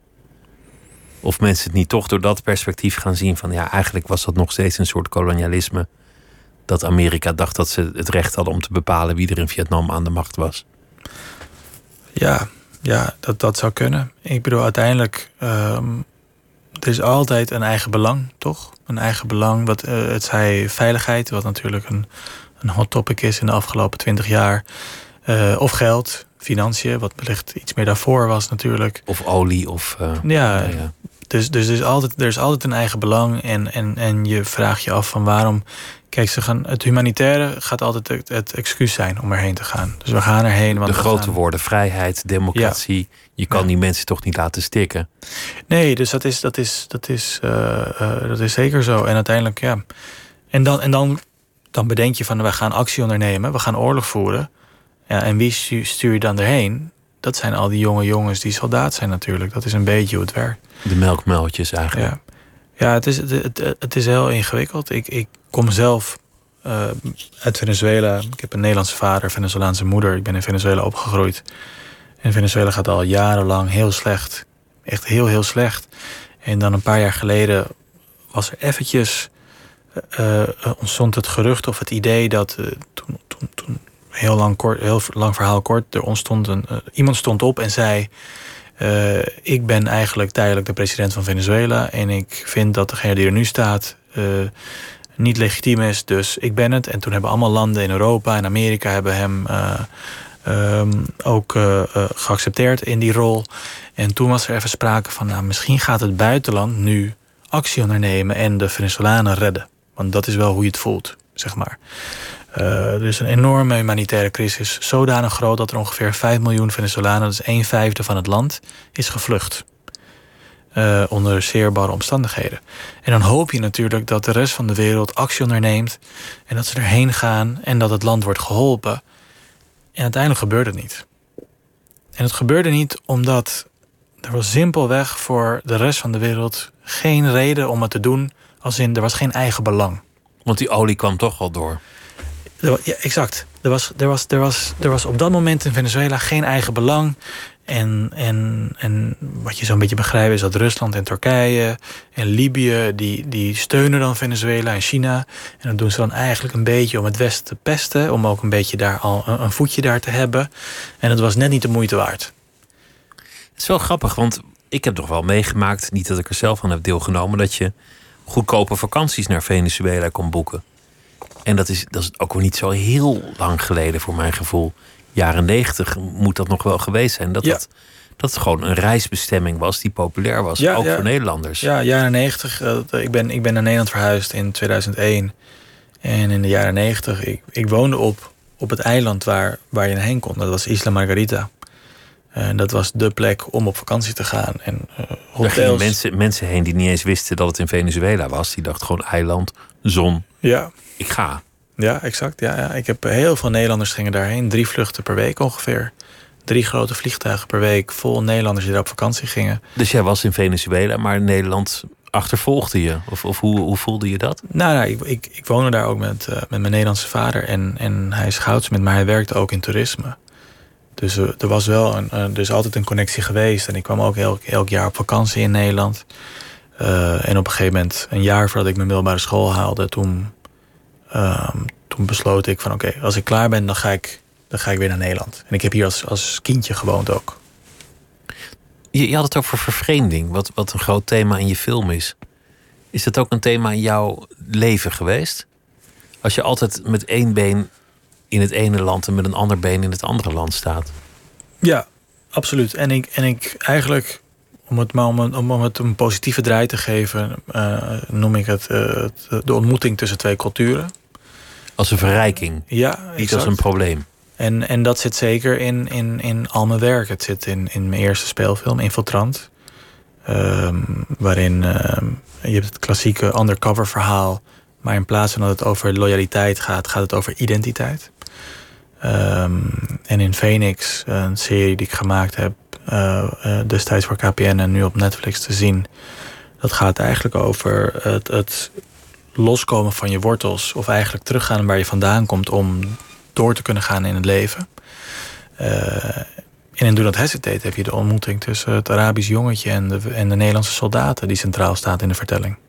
Of mensen het niet toch door dat perspectief gaan zien van... ja, eigenlijk was dat nog steeds een soort kolonialisme... dat Amerika dacht dat ze het recht hadden om te bepalen... wie er in Vietnam aan de macht was. Ja... Ja, dat, dat zou kunnen. Ik bedoel, uiteindelijk... Um, er is altijd een eigen belang, toch? Een eigen belang. Wat, uh, het zij veiligheid, wat natuurlijk een, een hot topic is in de afgelopen twintig jaar. Uh, of geld, financiën, wat wellicht iets meer daarvoor was natuurlijk. Of olie, of... Uh, ja, ja, ja, dus, dus er, is altijd, er is altijd een eigen belang. En, en, en je vraagt je af van waarom... Kijk, ze gaan, het humanitaire gaat altijd het, het excuus zijn om erheen te gaan. Dus we gaan erheen. Want de grote gaan... woorden, vrijheid, democratie. Ja. Je kan ja. die mensen toch niet laten stikken? Nee, dus dat is, dat is, dat is, uh, uh, dat is zeker zo. En uiteindelijk, ja. En dan, en dan, dan bedenk je van, we gaan actie ondernemen. We gaan oorlog voeren. Ja, en wie stuur je dan erheen? Dat zijn al die jonge jongens die soldaat zijn natuurlijk. Dat is een beetje hoe het werkt. De melkmuiltjes eigenlijk. Ja, ja het, is, het, het, het is heel ingewikkeld. Ik, ik kom zelf uh, uit Venezuela. Ik heb een Nederlandse vader, Venezolaanse moeder. Ik ben in Venezuela opgegroeid. En Venezuela gaat al jarenlang heel slecht. Echt heel, heel slecht. En dan een paar jaar geleden was er eventjes... Uh, ontstond het gerucht of het idee dat... Uh, toen, toen, toen heel lang, kort, heel lang verhaal kort... er ontstond een, uh, iemand stond op en zei... Uh, ik ben eigenlijk tijdelijk de president van Venezuela... en ik vind dat degene die er nu staat... Uh, niet legitiem is, dus ik ben het. En toen hebben allemaal landen in Europa en Amerika... hebben hem uh, um, ook uh, uh, geaccepteerd in die rol. En toen was er even sprake van... nou, misschien gaat het buitenland nu actie ondernemen... en de Venezolanen redden. Want dat is wel hoe je het voelt, zeg maar. Uh, er is een enorme humanitaire crisis. Zodanig groot dat er ongeveer vijf miljoen Venezolanen... dat is een vijfde van het land, is gevlucht. Uh, onder zeer barre omstandigheden. En dan hoop je natuurlijk dat de rest van de wereld actie onderneemt... en dat ze erheen gaan en dat het land wordt geholpen. En uiteindelijk gebeurde het niet. En het gebeurde niet omdat er was simpelweg voor de rest van de wereld... geen reden om het te doen, als in er was geen eigen belang. Want die olie kwam toch al door. Ja, exact. Er was, er, was, er, was, er was op dat moment in Venezuela geen eigen belang... En, en, en wat je zo'n beetje begrijpt is dat Rusland en Turkije en Libië... die, die steunen dan Venezuela en China. En dat doen ze dan eigenlijk een beetje om het Westen te pesten... om ook een beetje daar al een, een voetje daar te hebben. En het was net niet de moeite waard. Het is wel grappig, want ik heb toch wel meegemaakt... niet dat ik er zelf aan heb deelgenomen... dat je goedkope vakanties naar Venezuela kon boeken. En dat is, dat is ook wel niet zo heel lang geleden voor mijn gevoel... jaren negentig moet dat nog wel geweest zijn. Dat, ja. dat, dat het gewoon een reisbestemming was die populair was. Ja, ook ja. voor Nederlanders. Ja, jaren negentig. Uh, ik, ben, ik ben naar Nederland verhuisd in tweeduizend één. En in de jaren negentig, ik, ik woonde op, op het eiland waar, waar je heen kon. Dat was Isla Margarita. En dat was de plek om op vakantie te gaan. En uh, hotels. Daar gingen mensen, mensen heen die niet eens wisten dat het in Venezuela was. Die dachten gewoon eiland, zon. Ja. Ik ga. Ja, exact. Ja, ja. Ik heb heel veel Nederlanders gingen daarheen. Drie vluchten per week ongeveer. Drie grote vliegtuigen per week. Vol Nederlanders die daar op vakantie gingen. Dus jij was in Venezuela, maar Nederland achtervolgde je? Of, of hoe, hoe voelde je dat? Nou, nou ik, ik, ik woonde daar ook met, uh, met mijn Nederlandse vader. En, en hij is goudsmid, maar hij werkte ook in toerisme. Dus uh, er was wel een, uh, er is altijd een connectie geweest. En ik kwam ook elk, elk jaar op vakantie in Nederland. Uh, en op een gegeven moment, een jaar voordat ik mijn middelbare school haalde, toen, uh, toen besloot ik van oké, okay, als ik klaar ben, dan ga ik, dan ga ik weer naar Nederland. En ik heb hier als, als kindje gewoond ook. Je, je had het over vervreemding, wat, wat een groot thema in je film is. Is dat ook een thema in jouw leven geweest? Als je altijd met één been in het ene land en met een ander been in het andere land staat. Ja, absoluut. En ik, en ik eigenlijk, om het, maar om, om, om het een positieve draai te geven, uh, noem ik het uh, de ontmoeting tussen twee culturen. Als een verrijking, ja, niet exact. als een probleem. En, en dat zit zeker in, in, in al mijn werk. Het zit in, in mijn eerste speelfilm, Infiltrant. Um, waarin um, je hebt het klassieke undercover verhaal. Maar in plaats van dat het over loyaliteit gaat, gaat het over identiteit. Um, en in Phoenix, een serie die ik gemaakt heb, uh, uh, destijds voor K P N en nu op Netflix te zien. Dat gaat eigenlijk over het, het loskomen van je wortels. Of eigenlijk teruggaan waar je vandaan komt om door te kunnen gaan in het leven. Uh, en in Do Not Hesitate heb je de ontmoeting tussen het Arabisch jongetje en de, en de Nederlandse soldaten die centraal staat in de vertelling.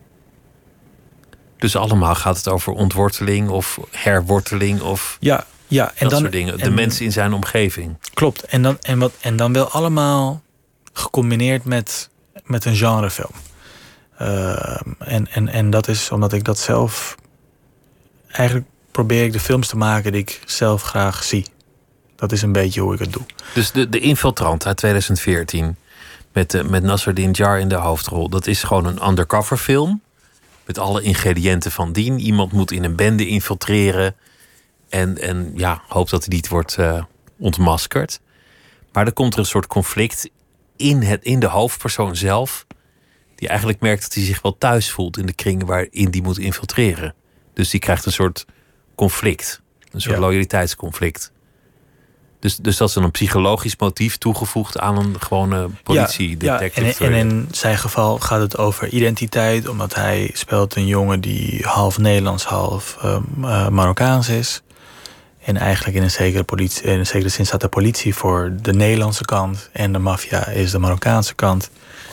Dus allemaal gaat het over ontworteling of herworteling of ja, ja, en dat dan, soort dingen. De en, mensen in zijn omgeving. Klopt. En dan, en wat, en dan wel allemaal gecombineerd met, met een genrefilm. Uh, en, en, en dat is omdat ik dat zelf... Eigenlijk probeer ik de films te maken die ik zelf graag zie. Dat is een beetje hoe ik het doe. Dus de, de Infiltrant uit tweeduizend veertien... met, uh, met Nasserdine Jar in de hoofdrol... dat is gewoon een undercover film... met alle ingrediënten van dien. Iemand moet in een bende infiltreren... en, en ja, hoopt dat hij niet wordt uh, ontmaskerd. Maar dan komt er een soort conflict in, het, in de hoofdpersoon zelf... die eigenlijk merkt dat hij zich wel thuis voelt... in de kringen waarin die moet infiltreren. Dus die krijgt een soort conflict. Een soort ja. loyaliteitsconflict. Dus, dus dat is een psychologisch motief toegevoegd aan een gewone politiedetective. Ja, ja. En, en in zijn geval gaat het over identiteit, omdat hij speelt een jongen die half Nederlands, half uh, uh, Marokkaans is. En eigenlijk in een, zekere politie, in een zekere zin staat de politie voor de Nederlandse kant en de maffia is de Marokkaanse kant.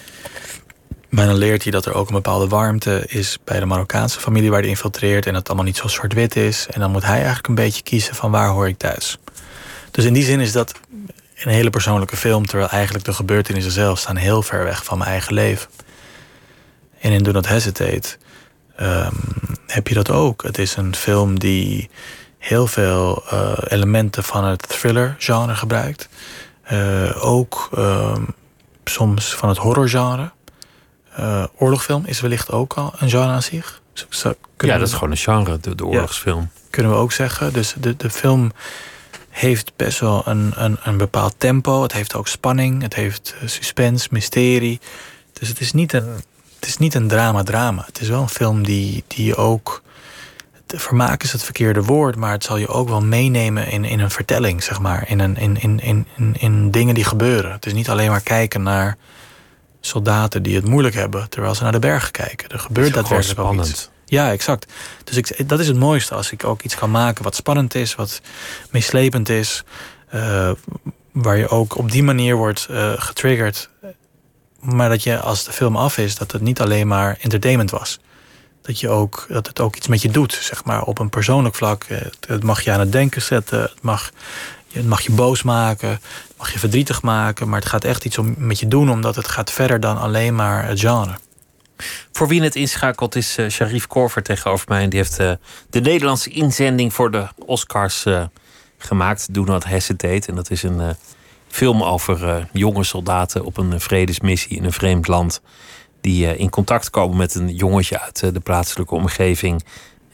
Maar dan leert hij dat er ook een bepaalde warmte is bij de Marokkaanse familie waar hij infiltreert en dat het allemaal niet zo zwart-wit is. En dan moet hij eigenlijk een beetje kiezen van waar hoor ik thuis. Dus in die zin is dat een hele persoonlijke film, terwijl eigenlijk de gebeurtenissen zelf staan heel ver weg van mijn eigen leven. En in Do Not Hesitate um, heb je dat ook. Het is een film die heel veel uh, elementen van het thriller-genre gebruikt. Uh, ook um, soms van het horrorgenre. Uh, oorlogsfilm is wellicht ook al een genre aan zich. Dus ja, dat is gewoon een genre, de, de oorlogsfilm. Ja, kunnen we ook zeggen. Dus de, de film heeft best wel een, een, een bepaald tempo. Het heeft ook spanning. Het heeft suspense, mysterie. Dus het is niet een, het is niet een drama-drama. Het is wel een film die, die ook... Vermaak is het verkeerde woord, maar het zal je ook wel meenemen in, in een vertelling, zeg maar. In, een, in, in, in, in, in dingen die gebeuren. Het is niet alleen maar kijken naar soldaten die het moeilijk hebben, terwijl ze naar de bergen kijken. Er gebeurt daadwerkelijk ook iets. Ja, exact. Dus ik, dat is het mooiste, als ik ook iets kan maken wat spannend is, wat meeslepend is, uh, waar je ook op die manier wordt uh, getriggerd, maar dat je, als de film af is, dat het niet alleen maar entertainment was. Dat, je ook, dat het ook iets met je doet, zeg maar, op een persoonlijk vlak. Het mag je aan het denken zetten, het mag, het mag je boos maken, het mag je verdrietig maken, maar het gaat echt iets om, met je doen, omdat het gaat verder dan alleen maar het genre. Voor wie het inschakelt is uh, Sharif Korver tegenover mij. En die heeft uh, de Nederlandse inzending voor de Oscars uh, gemaakt. Do Not Hesitate. En dat is een uh, film over uh, jonge soldaten op een vredesmissie in een vreemd land. Die uh, in contact komen met een jongetje uit uh, de plaatselijke omgeving.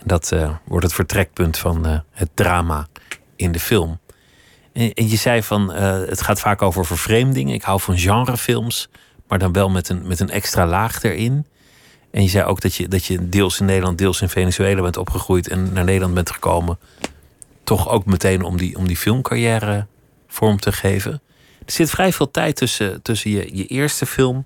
En dat uh, wordt het vertrekpunt van uh, het drama in de film. En, en je zei van, uh, het gaat vaak over vervreemding. Ik hou van genrefilms, maar dan wel met een, met een extra laag erin. En je zei ook dat je, dat je deels in Nederland, deels in Venezuela bent opgegroeid en naar Nederland bent gekomen. Toch ook meteen om die, om die filmcarrière vorm te geven. Er zit vrij veel tijd tussen, tussen je, je eerste film,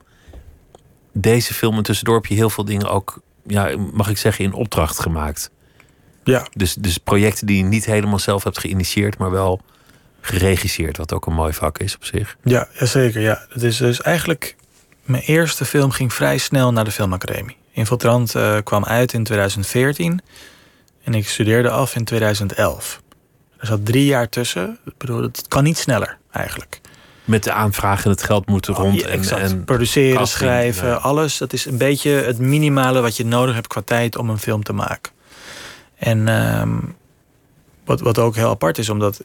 deze film, en tussendoor heb je heel veel dingen ook, ja, mag ik zeggen, in opdracht gemaakt. Ja. Dus, dus projecten die je niet helemaal zelf hebt geïnitieerd, maar wel geregisseerd, wat ook een mooi vak is op zich. Ja, zeker. Ja. Het is dus eigenlijk, mijn eerste film ging vrij snel naar de Filmacademie. Infiltrant uh, kwam uit in tweeduizend veertien en ik studeerde af in tweeduizend elf. Er zat drie jaar tussen. Ik bedoel, het kan niet sneller eigenlijk. Met de aanvragen en het geld moeten rond. Ja, en, en produceren, casting, schrijven, ja. alles. Dat is een beetje het minimale wat je nodig hebt qua tijd om een film te maken. En um, wat, wat ook heel apart is, omdat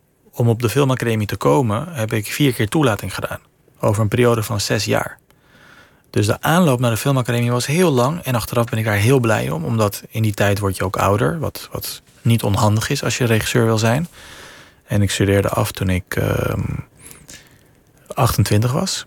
om op de Filmacademie te komen, heb ik vier keer toelating gedaan. Over een periode van zes jaar. Dus de aanloop naar de Filmacademie was heel lang. En achteraf ben ik daar heel blij om. Omdat in die tijd word je ook ouder. Wat, wat niet onhandig is als je regisseur wil zijn. En ik studeerde af toen ik um, achtentwintig was.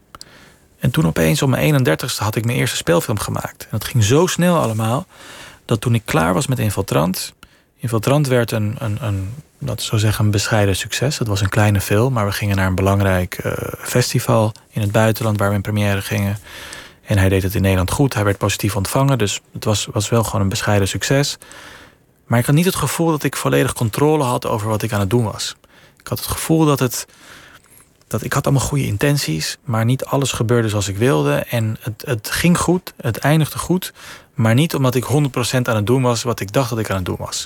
En toen opeens op mijn eenendertigste had ik mijn eerste speelfilm gemaakt. En dat ging zo snel allemaal, dat toen ik klaar was met Infiltrant... Infiltrant werd een, een, een, dat is zo zeggen, een bescheiden succes. Het was een kleine film, maar we gingen naar een belangrijk uh, festival in het buitenland waar we in première gingen. En hij deed het in Nederland goed. Hij werd positief ontvangen, dus het was, was wel gewoon een bescheiden succes. Maar ik had niet het gevoel dat ik volledig controle had over wat ik aan het doen was. Ik had het gevoel dat het... dat ik had allemaal goede intenties, maar niet alles gebeurde zoals ik wilde. En het, het ging goed, het eindigde goed, maar niet omdat ik honderd procent aan het doen was wat ik dacht dat ik aan het doen was.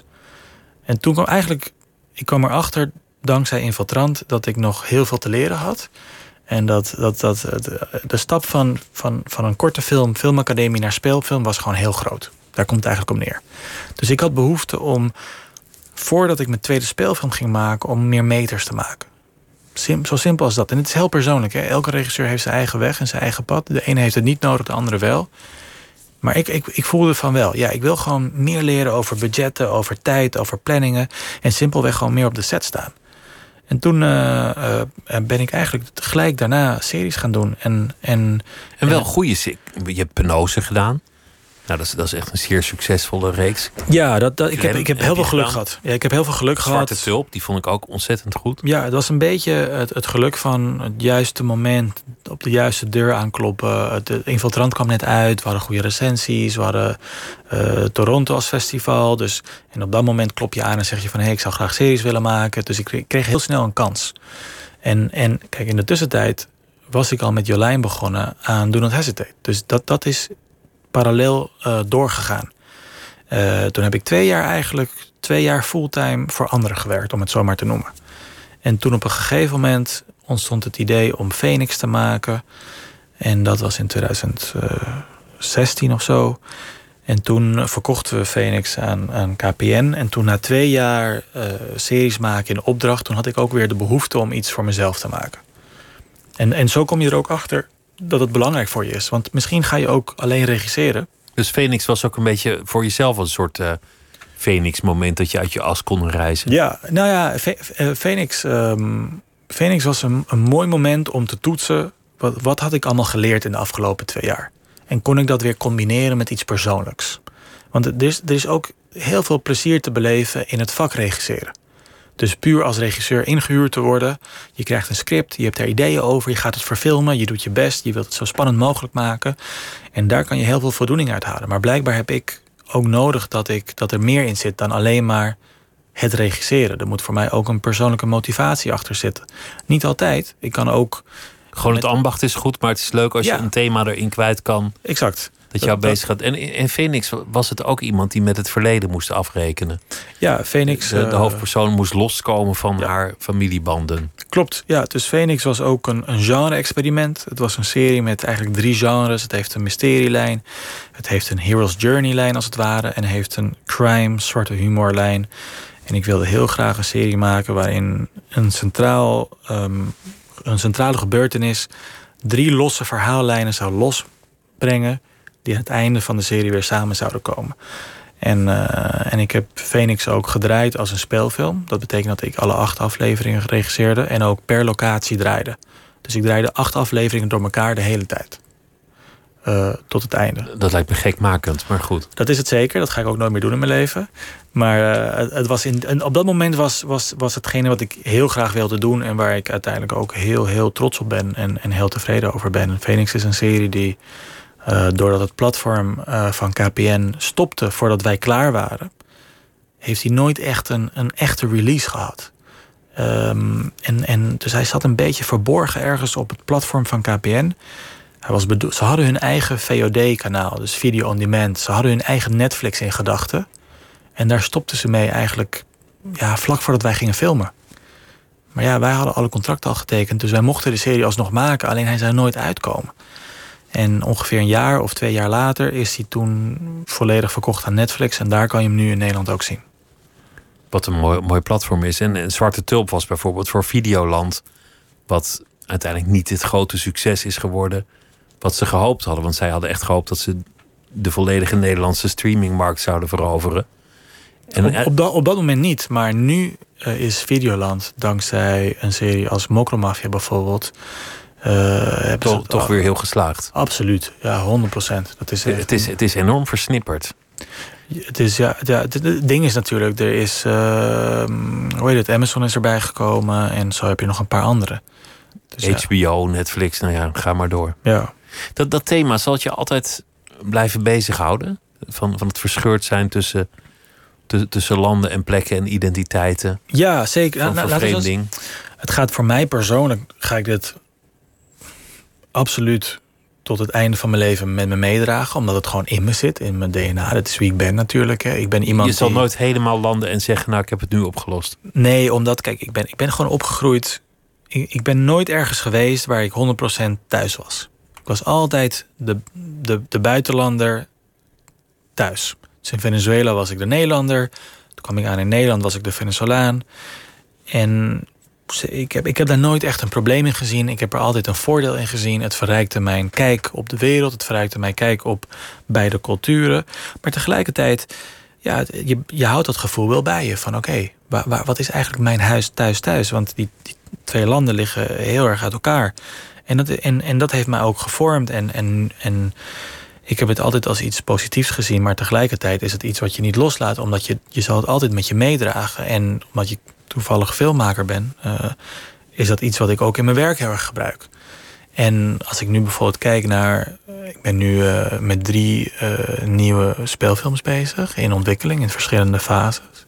En toen kwam eigenlijk, ik kwam erachter, dankzij Infiltrant, dat ik nog heel veel te leren had. En dat, dat, dat de stap van, van, van een korte film, filmacademie naar speelfilm, was gewoon heel groot. Daar komt het eigenlijk om neer. Dus ik had behoefte om, voordat ik mijn tweede speelfilm ging maken, om meer meters te maken. Sim, zo simpel als dat. En het is heel persoonlijk. Hè? Elke regisseur heeft zijn eigen weg en zijn eigen pad. De ene heeft het niet nodig, de andere wel. Maar ik, ik, ik voelde van wel. Ja, ik wil gewoon meer leren over budgetten, over tijd, over planningen. En simpelweg gewoon meer op de set staan. En toen uh, uh, ben ik eigenlijk gelijk daarna series gaan doen. En, en, en wel en, goede series. Je hebt Penose gedaan. Nou, dat is, dat is echt een zeer succesvolle reeks. Ja, dat, dat, ik, heb, ik heb heel heb veel geluk gedaan? gehad. Ja, ik heb heel veel geluk Zwarte gehad. Zwarte Tulp, die vond ik ook ontzettend goed. Ja, het was een beetje het, het geluk van het juiste moment, op de juiste deur aankloppen. Het, het Infiltrant kwam net uit, we hadden goede recensies, we hadden uh, Toronto als festival. Dus, en op dat moment klop je aan en zeg je van hé, hey, ik zou graag series willen maken. Dus ik kreeg, ik kreeg heel snel een kans. En, en kijk, in de tussentijd was ik al met Jolijn begonnen aan Do Not Hesitate. Dus dat, dat is parallel uh, doorgegaan. Uh, toen heb ik twee jaar eigenlijk, twee jaar fulltime voor anderen gewerkt, om het zo maar te noemen. En toen op een gegeven moment ontstond het idee om Phoenix te maken. En dat was in tweeduizend zestien of zo. En toen verkochten we Phoenix aan, aan K P N. En toen na twee jaar uh, series maken in opdracht, toen had ik ook weer de behoefte om iets voor mezelf te maken. En, en zo kom je er ook achter dat het belangrijk voor je is. Want misschien ga je ook alleen regisseren. Dus Phoenix was ook een beetje voor jezelf een soort uh, Phoenix-moment dat je uit je as kon reizen. Ja, nou ja, Phoenix, um, Phoenix was een, een mooi moment om te toetsen. Wat, wat had ik allemaal geleerd in de afgelopen twee jaar? En kon ik dat weer combineren met iets persoonlijks? Want er is, er is ook heel veel plezier te beleven in het vak regisseren. Dus puur als regisseur ingehuurd te worden. Je krijgt een script, je hebt er ideeën over, je gaat het verfilmen, je doet je best, je wilt het zo spannend mogelijk maken. En daar kan je heel veel voldoening uit halen. Maar blijkbaar heb ik ook nodig dat, ik, dat er meer in zit dan alleen maar het regisseren. Er moet voor mij ook een persoonlijke motivatie achter zitten. Niet altijd. Ik kan ook... Gewoon met... het ambacht is goed, maar het is leuk als ja. je een thema erin kwijt kan. Exact. Dat jou dat, bezig gaat. En in Phoenix was het ook iemand die met het verleden moest afrekenen. Ja, Phoenix... De, de hoofdpersoon moest loskomen van ja. haar familiebanden. Klopt, ja. Dus Phoenix was ook een, een genre-experiment. Het was een serie met eigenlijk drie genres. Het heeft een mysterielijn. Het heeft een hero's journey-lijn als het ware. En heeft een crime, zwarte humorlijn. En ik wilde heel graag een serie maken waarin een, centraal, um, een centrale gebeurtenis drie losse verhaallijnen zou losbrengen die aan het einde van de serie weer samen zouden komen. En, uh, en ik heb Phoenix ook gedraaid als een speelfilm. Dat betekent dat ik alle acht afleveringen regisseerde en ook per locatie draaide. Dus ik draaide acht afleveringen door elkaar de hele tijd. Uh, tot het einde. Dat lijkt me gekmakend, maar goed. Dat is het zeker. Dat ga ik ook nooit meer doen in mijn leven. Maar uh, het was in, en op dat moment was, was, was hetgene wat ik heel graag wilde doen en waar ik uiteindelijk ook heel, heel trots op ben en, en heel tevreden over ben. Phoenix is een serie die, uh, doordat het platform uh, van K P N stopte voordat wij klaar waren, heeft hij nooit echt een, een echte release gehad. Um, en, en dus hij zat een beetje verborgen ergens op het platform van K P N. Hij was bedo- ze hadden hun eigen V O D-kanaal, dus video on demand. Ze hadden hun eigen Netflix in gedachten. En daar stopten ze mee eigenlijk ja, vlak voordat wij gingen filmen. Maar ja, wij hadden alle contracten al getekend, dus wij mochten de serie alsnog maken. Alleen hij zou nooit uitkomen. En ongeveer een jaar of twee jaar later is hij toen volledig verkocht aan Netflix. En daar kan je hem nu in Nederland ook zien. Wat een mooi, mooi platform is. En, en Zwarte Tulp was bijvoorbeeld voor Videoland, wat uiteindelijk niet het grote succes is geworden wat ze gehoopt hadden. Want zij hadden echt gehoopt dat ze de volledige Nederlandse streamingmarkt zouden veroveren. En, op, op, dat, op dat moment niet. Maar nu uh, is Videoland, dankzij een serie als Mokromafia bijvoorbeeld, Uh, toch het, toch uh, weer heel geslaagd. Absoluut, ja, honderd procent. Dat is het, is, het is enorm versnipperd. Het is, ja, ja, het, het ding is natuurlijk, er is, uh, hoe heet het, Amazon is erbij gekomen en zo heb je nog een paar andere. Dus H B O, ja. Netflix, nou ja, ga maar door. Ja. Dat, dat thema, zal het je altijd blijven bezighouden? Van, van het verscheurd zijn tussen, t- tussen landen en plekken en identiteiten? Ja, zeker. Van nou, vervreemding? Het gaat voor mij persoonlijk, ga ik dit absoluut tot het einde van mijn leven met me meedragen. Omdat het gewoon in me zit, in mijn D N A. Dat is wie ik ben natuurlijk. Hè. Ik ben iemand Je zal die... nooit helemaal landen en zeggen, nou, ik heb het nu opgelost. Nee, omdat, kijk, ik ben, ik ben gewoon opgegroeid. Ik, ik ben nooit ergens geweest waar ik honderd procent thuis was. Ik was altijd de, de, de buitenlander thuis. Dus in Venezuela was ik de Nederlander. Toen kwam ik aan in Nederland, was ik de Venezolaan. En ik heb, ik heb daar nooit echt een probleem in gezien. Ik heb er altijd een voordeel in gezien. Het verrijkte mijn kijk op de wereld. Het verrijkte mijn kijk op beide culturen. Maar tegelijkertijd, ja, je, je houdt dat gevoel wel bij je. Van oké, okay, waar, waar, wat is eigenlijk mijn huis thuis thuis? Want die, die twee landen liggen heel erg uit elkaar. En dat, en, en dat heeft mij ook gevormd. En, en, en ik heb het altijd als iets positiefs gezien. Maar tegelijkertijd is het iets wat je niet loslaat. Omdat je, je zal het altijd met je meedragen. En omdat je toevallig filmmaker ben, uh, is dat iets wat ik ook in mijn werk heel erg gebruik. En als ik nu bijvoorbeeld kijk naar, ik ben nu uh, met drie uh, nieuwe speelfilms bezig in ontwikkeling in verschillende fases.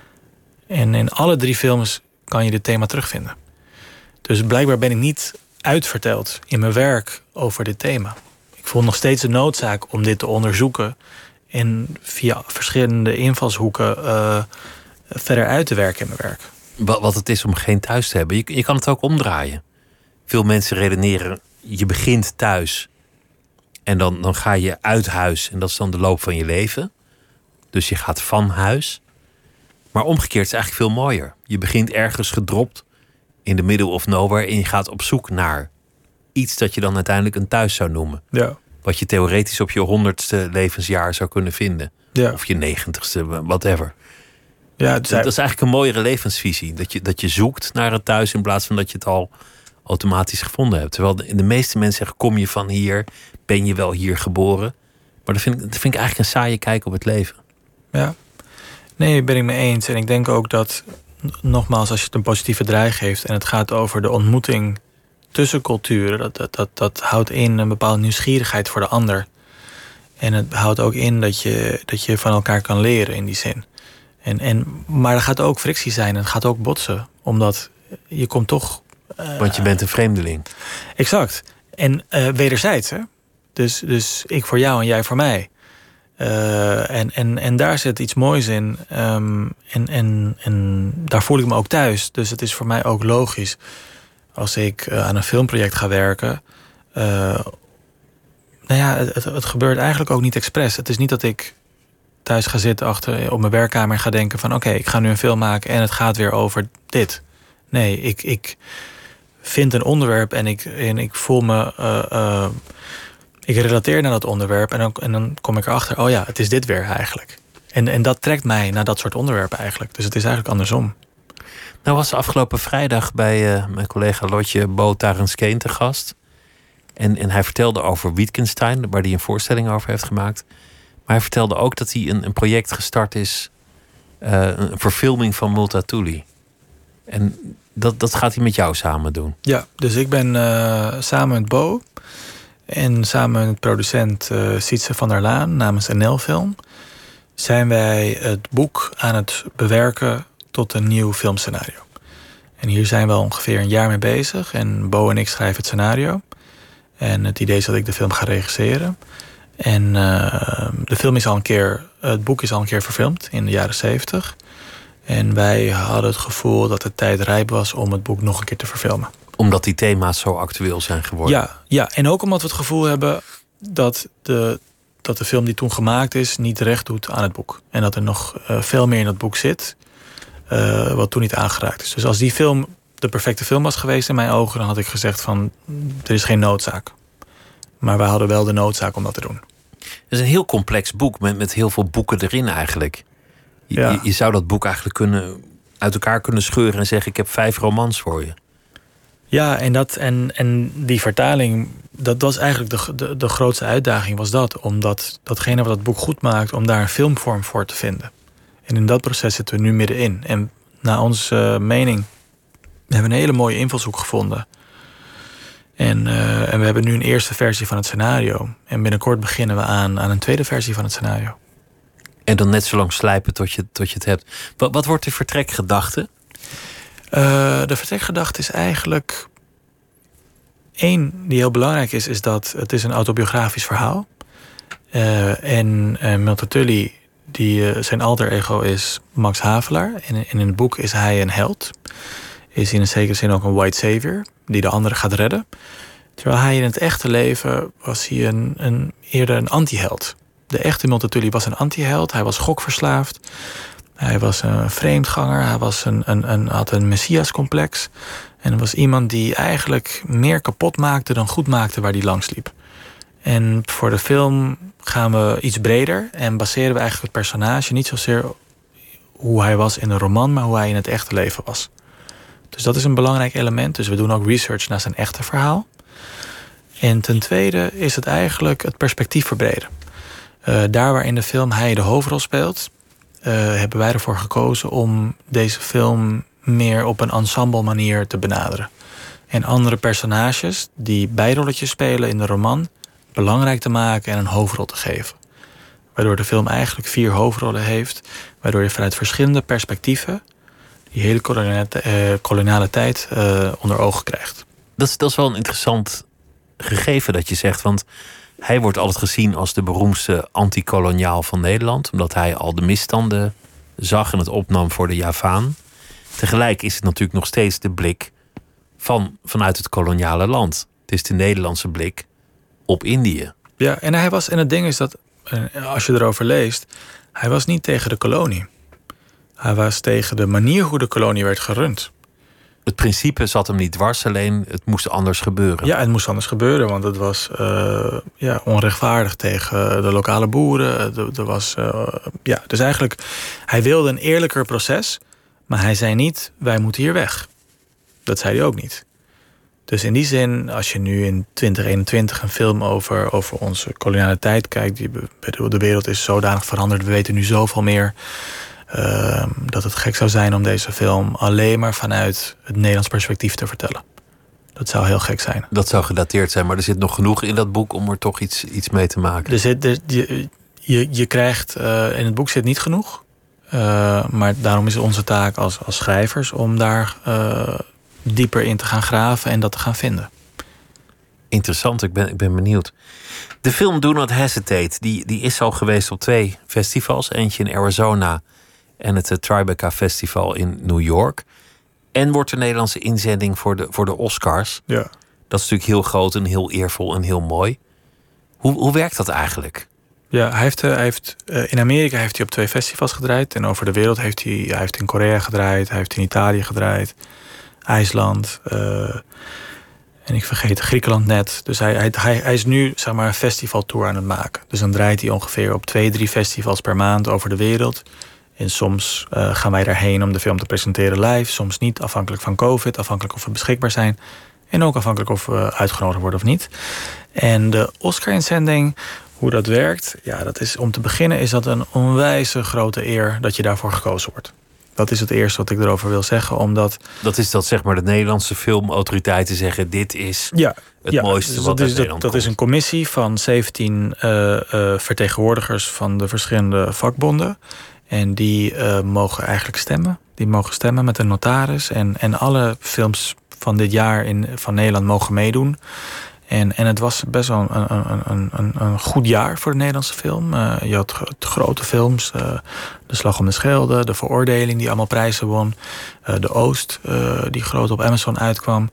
En in alle drie films kan je dit thema terugvinden. Dus blijkbaar ben ik niet uitverteld in mijn werk over dit thema. Ik voel nog steeds de noodzaak om dit te onderzoeken en via verschillende invalshoeken uh, verder uit te werken in mijn werk. Wat, wat het is om geen thuis te hebben. Je, je kan het ook omdraaien. Veel mensen redeneren, je begint thuis en dan, dan ga je uit huis en dat is dan de loop van je leven. Dus je gaat van huis. Maar omgekeerd is eigenlijk veel mooier. Je begint ergens gedropt in de middle of nowhere en je gaat op zoek naar iets dat je dan uiteindelijk een thuis zou noemen. Ja. Wat je theoretisch op je honderdste levensjaar zou kunnen vinden. Ja. Of je negentigste, whatever. Ja, dat, dat is eigenlijk een mooiere levensvisie. Dat je, dat je zoekt naar het thuis in plaats van dat je het al automatisch gevonden hebt. Terwijl de, de meeste mensen zeggen, kom je van hier? Ben je wel hier geboren? Maar dat vind ik, dat vind ik eigenlijk een saaie kijk op het leven. Ja, nee, ben ik mee eens. En ik denk ook dat, nogmaals, als je het een positieve draai geeft en het gaat over de ontmoeting tussen culturen, dat, dat, dat, dat houdt in een bepaalde nieuwsgierigheid voor de ander. En het houdt ook in dat je, dat je van elkaar kan leren in die zin. En, en, maar er gaat ook frictie zijn en het gaat ook botsen. Omdat je komt toch... Uh, Want je bent een vreemdeling. Exact. En uh, wederzijds, hè. Dus, dus ik voor jou en jij voor mij. Uh, en, en, en daar zit iets moois in. Um, en, en, en daar voel ik me ook thuis. Dus het is voor mij ook logisch als ik uh, aan een filmproject ga werken. Uh, nou ja, het, het gebeurt eigenlijk ook niet expres. Het is niet dat ik thuis ga zitten achter op mijn werkkamer en ga denken van oké, okay, ik ga nu een film maken en het gaat weer over dit. Nee, ik, ik vind een onderwerp en ik, en ik voel me... Uh, uh, ik relateer naar dat onderwerp en dan, en dan kom ik erachter, oh ja, het is dit weer eigenlijk. En, en dat trekt mij naar dat soort onderwerpen eigenlijk. Dus het is eigenlijk andersom. Nou was afgelopen vrijdag bij uh, mijn collega Lotje Bo Tarenskeen te gast. En, en hij vertelde over Wittgenstein, waar hij een voorstelling over heeft gemaakt. Maar hij vertelde ook dat hij een, een project gestart is. Uh, een verfilming van Multatuli. En dat, dat gaat hij met jou samen doen. Ja, dus ik ben uh, samen met Bo en samen met producent uh, Sietse van der Laan namens N L Film zijn wij het boek aan het bewerken tot een nieuw filmscenario. En hier zijn we al ongeveer een jaar mee bezig. En Bo en ik schrijven het scenario. En het idee is dat ik de film ga regisseren. En uh, de film is al een keer, het boek is al een keer verfilmd in de jaren zeventig. En wij hadden het gevoel dat de tijd rijp was om het boek nog een keer te verfilmen. Omdat die thema's zo actueel zijn geworden? Ja, ja, en ook omdat we het gevoel hebben dat de, dat de film die toen gemaakt is niet recht doet aan het boek. En dat er nog uh, veel meer in het boek zit, uh, wat toen niet aangeraakt is. Dus als die film de perfecte film was geweest in mijn ogen, dan had ik gezegd van, er is geen noodzaak. Maar wij hadden wel de noodzaak om dat te doen. Het is een heel complex boek met, met heel veel boeken erin eigenlijk. Je, ja. je, je zou dat boek eigenlijk kunnen, uit elkaar kunnen scheuren en zeggen, ik heb vijf romans voor je. Ja, en, dat, en, en die vertaling, dat was eigenlijk de, de, de grootste uitdaging, was dat. Omdat datgene wat het boek goed maakt, om daar een filmvorm voor te vinden. En in dat proces zitten we nu middenin. En naar onze uh, mening, we hebben een hele mooie invalshoek gevonden. En, uh, en we hebben nu een eerste versie van het scenario. En binnenkort beginnen we aan, aan een tweede versie van het scenario. En dan net zo lang slijpen tot je, tot je het hebt. Wat, wat wordt de vertrekgedachte? Uh, de vertrekgedachte is eigenlijk, één die heel belangrijk is, is dat het is een autobiografisch verhaal. Uh, en uh, Multatuli, die uh, zijn alter ego is Max Havelaar. En, en in het boek is hij een held. Is in een zekere zin ook een white savior, die de anderen gaat redden. Terwijl hij in het echte leven was hij een, een, eerder een anti-held. De echte Multatuli was een anti-held. Hij was gokverslaafd. Hij was een vreemdganger. Hij was een, een, een, had een messiascomplex. En was iemand die eigenlijk meer kapot maakte dan goed maakte waar hij langs liep. En voor de film gaan we iets breder en baseren we eigenlijk het personage niet zozeer hoe hij was in de roman, maar hoe hij in het echte leven was. Dus dat is een belangrijk element. Dus we doen ook research naar zijn echte verhaal. En ten tweede is het eigenlijk het perspectief verbreden. Uh, daar waar in de film hij de hoofdrol speelt, uh, hebben wij ervoor gekozen om deze film meer op een ensemble manier te benaderen. En andere personages die bijrolletjes spelen in de roman belangrijk te maken en een hoofdrol te geven. Waardoor de film eigenlijk vier hoofdrollen heeft, waardoor je vanuit verschillende perspectieven die hele koloniale, uh, koloniale tijd uh, onder ogen krijgt. Dat is, dat is wel een interessant gegeven dat je zegt, want hij wordt altijd gezien als de beroemdste antikoloniaal van Nederland, omdat hij al de misstanden zag en het opnam voor de Javaan. Tegelijk is het natuurlijk nog steeds de blik van, vanuit het koloniale land. Het is de Nederlandse blik op Indië. Ja, en hij was, en het ding is dat, als je erover leest, hij was niet tegen de kolonie. Hij was tegen de manier hoe de kolonie werd gerund. Het principe zat hem niet dwars, alleen het moest anders gebeuren. Ja, het moest anders gebeuren, want het was uh, ja, onrechtvaardig tegen de lokale boeren. Er was, uh, ja, dus eigenlijk, hij wilde een eerlijker proces, maar hij zei niet, wij moeten hier weg. Dat zei hij ook niet. Dus in die zin, als je nu in twintig eenentwintig een film over, over onze koloniale tijd kijkt, die, de wereld is zodanig veranderd, we weten nu zoveel meer, Uh, dat het gek zou zijn om deze film alleen maar vanuit het Nederlands perspectief te vertellen. Dat zou heel gek zijn. Dat zou gedateerd zijn, maar er zit nog genoeg in dat boek om er toch iets, iets mee te maken. Er zit, er, je, je, je krijgt, uh, in het boek zit niet genoeg. Uh, maar daarom is onze taak als, als schrijvers om daar uh, dieper in te gaan graven en dat te gaan vinden. Interessant, ik ben, ik ben benieuwd. De film Do Not Hesitate, die, die is al geweest op twee festivals. Eentje in Arizona en het Tribeca Festival in New York. En wordt de Nederlandse inzending voor de, voor de Oscars. Ja. Dat is natuurlijk heel groot en heel eervol en heel mooi. Hoe, hoe werkt dat eigenlijk? Ja, hij heeft, hij heeft, in Amerika heeft hij op twee festivals gedraaid. En over de wereld heeft hij, hij heeft in Korea gedraaid. Hij heeft in Italië gedraaid. IJsland. Uh, En ik vergeet Griekenland net. Dus hij, hij, hij, hij is nu zeg maar, een festivaltour aan het maken. Dus dan draait hij ongeveer op twee, drie festivals per maand over de wereld. En soms uh, gaan wij daarheen om de film te presenteren live. Soms niet, afhankelijk van COVID. Afhankelijk of we beschikbaar zijn. En ook afhankelijk of we uitgenodigd worden of niet. En de Oscar-inzending, hoe dat werkt... ja, dat is, om te beginnen is dat een onwijze grote eer dat je daarvoor gekozen wordt. Dat is het eerste wat ik erover wil zeggen, omdat... Dat is dat zeg maar de Nederlandse filmautoriteiten zeggen... dit is ja, het ja, mooiste dus wat dat uit is, Nederland dat, dat is een commissie van zeventien uh, uh, vertegenwoordigers... van de verschillende vakbonden. En die uh, mogen eigenlijk stemmen. Die mogen stemmen met een notaris. En, en alle films van dit jaar in, van Nederland mogen meedoen. En, en het was best wel een, een, een, een, een goed jaar voor de Nederlandse film. Uh, je had grote films. Uh, de Slag om de Schelde, De Veroordeling die allemaal prijzen won. Uh, de Oost, uh, die groot op Amazon uitkwam.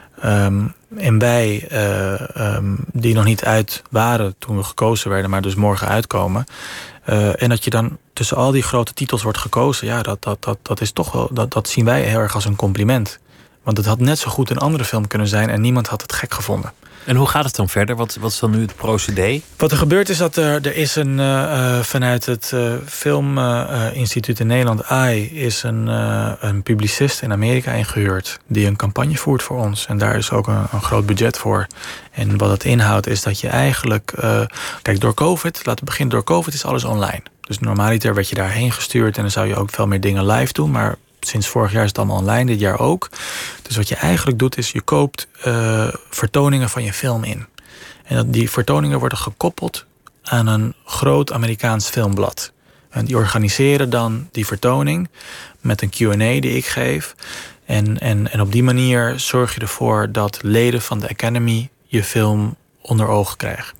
Um, en wij, uh, um, die nog niet uit waren toen we gekozen werden... maar dus morgen uitkomen. Uh, en dat je dan tussen al die grote titels wordt gekozen... ja, dat, dat, dat, dat, is toch wel, dat, dat zien wij heel erg als een compliment. Want het had net zo goed een andere film kunnen zijn... en niemand had het gek gevonden. En hoe gaat het dan verder? Wat, wat is dan nu het procedé? Wat er gebeurt is dat er, er is een, uh, vanuit het uh, Filminstituut uh, in Nederland... A I, is een, uh, een publicist in Amerika ingehuurd... die een campagne voert voor ons. En daar is ook een, een groot budget voor. En wat het inhoudt is dat je eigenlijk... Uh, kijk, door COVID, laten we beginnen, door COVID is alles online. Dus normaliter werd je daarheen gestuurd... en dan zou je ook veel meer dingen live doen... maar sinds vorig jaar is het allemaal online, dit jaar ook. Dus wat je eigenlijk doet is, je koopt uh, vertoningen van je film in. En dat, die vertoningen worden gekoppeld aan een groot Amerikaans filmblad. En die organiseren dan die vertoning met een Q en A die ik geef. En, en, en op die manier zorg je ervoor dat leden van de Academy je film onder ogen krijgen.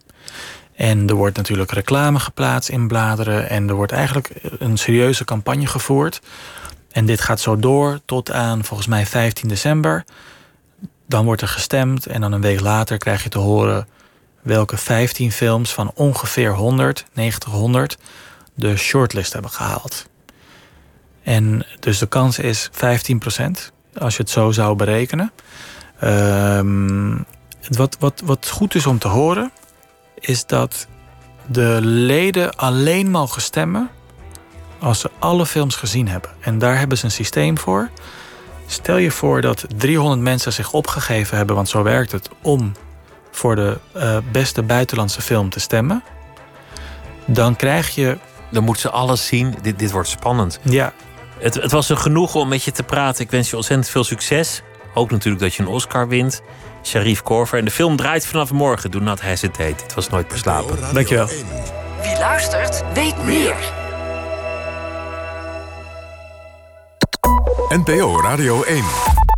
En er wordt natuurlijk reclame geplaatst in bladeren. En er wordt eigenlijk een serieuze campagne gevoerd. En dit gaat zo door tot aan volgens mij vijftien december. Dan wordt er gestemd en dan een week later krijg je te horen... welke vijftien films van ongeveer honderd, negentig, honderd... de shortlist hebben gehaald. En dus de kans is vijftien procent, als je het zo zou berekenen. Um, wat, wat, wat goed is om te horen... is dat de leden alleen mogen stemmen... als ze alle films gezien hebben. En daar hebben ze een systeem voor. Stel je voor dat driehonderd mensen zich opgegeven hebben... want zo werkt het, om voor de uh, beste buitenlandse film te stemmen. Dan krijg je... Dan moeten ze alles zien. Dit, dit wordt spannend. Ja. Het, het was een genoegen om met je te praten. Ik wens je ontzettend veel succes. Hoop natuurlijk dat je een Oscar wint. Sharif Korver. En de film draait vanaf morgen. Do not hesitate. Het was nooit meer slapen. Dankjewel. Wie luistert, weet meer. N P O Radio één.